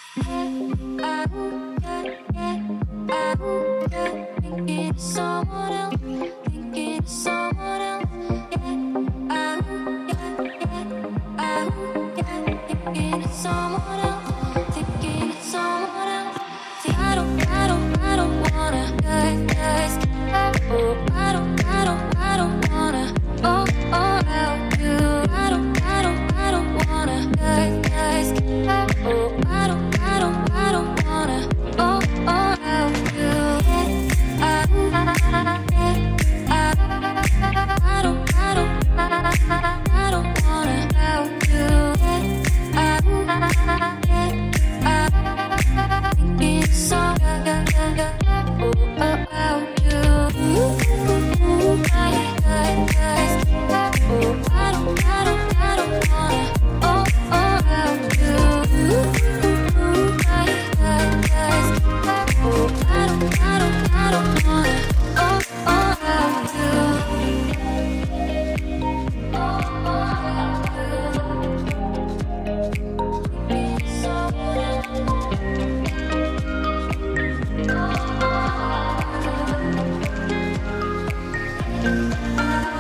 Someone else, thinking of someone else. Yeah, I, yeah, I, thinking of someone else, thinking of someone else. See, I don't, I don't, I don't wanna, guys, guys. Oh, I don't, I don't, I don't wanna. Oh, oh, help you. I don't, I don't, I don't wanna, guys, guys. Oh, I don't, I don't, I don't wanna. Oh, oh, help you. I don't, I don't, I don't wanna help you. I, I, thinking so about you. I, I, I, oh, I don't, I don't, I don't wanna. Oh, oh, help you. I, I, oh, I don't, I don't, I don't wanna. Oh, oh, help you. Oh,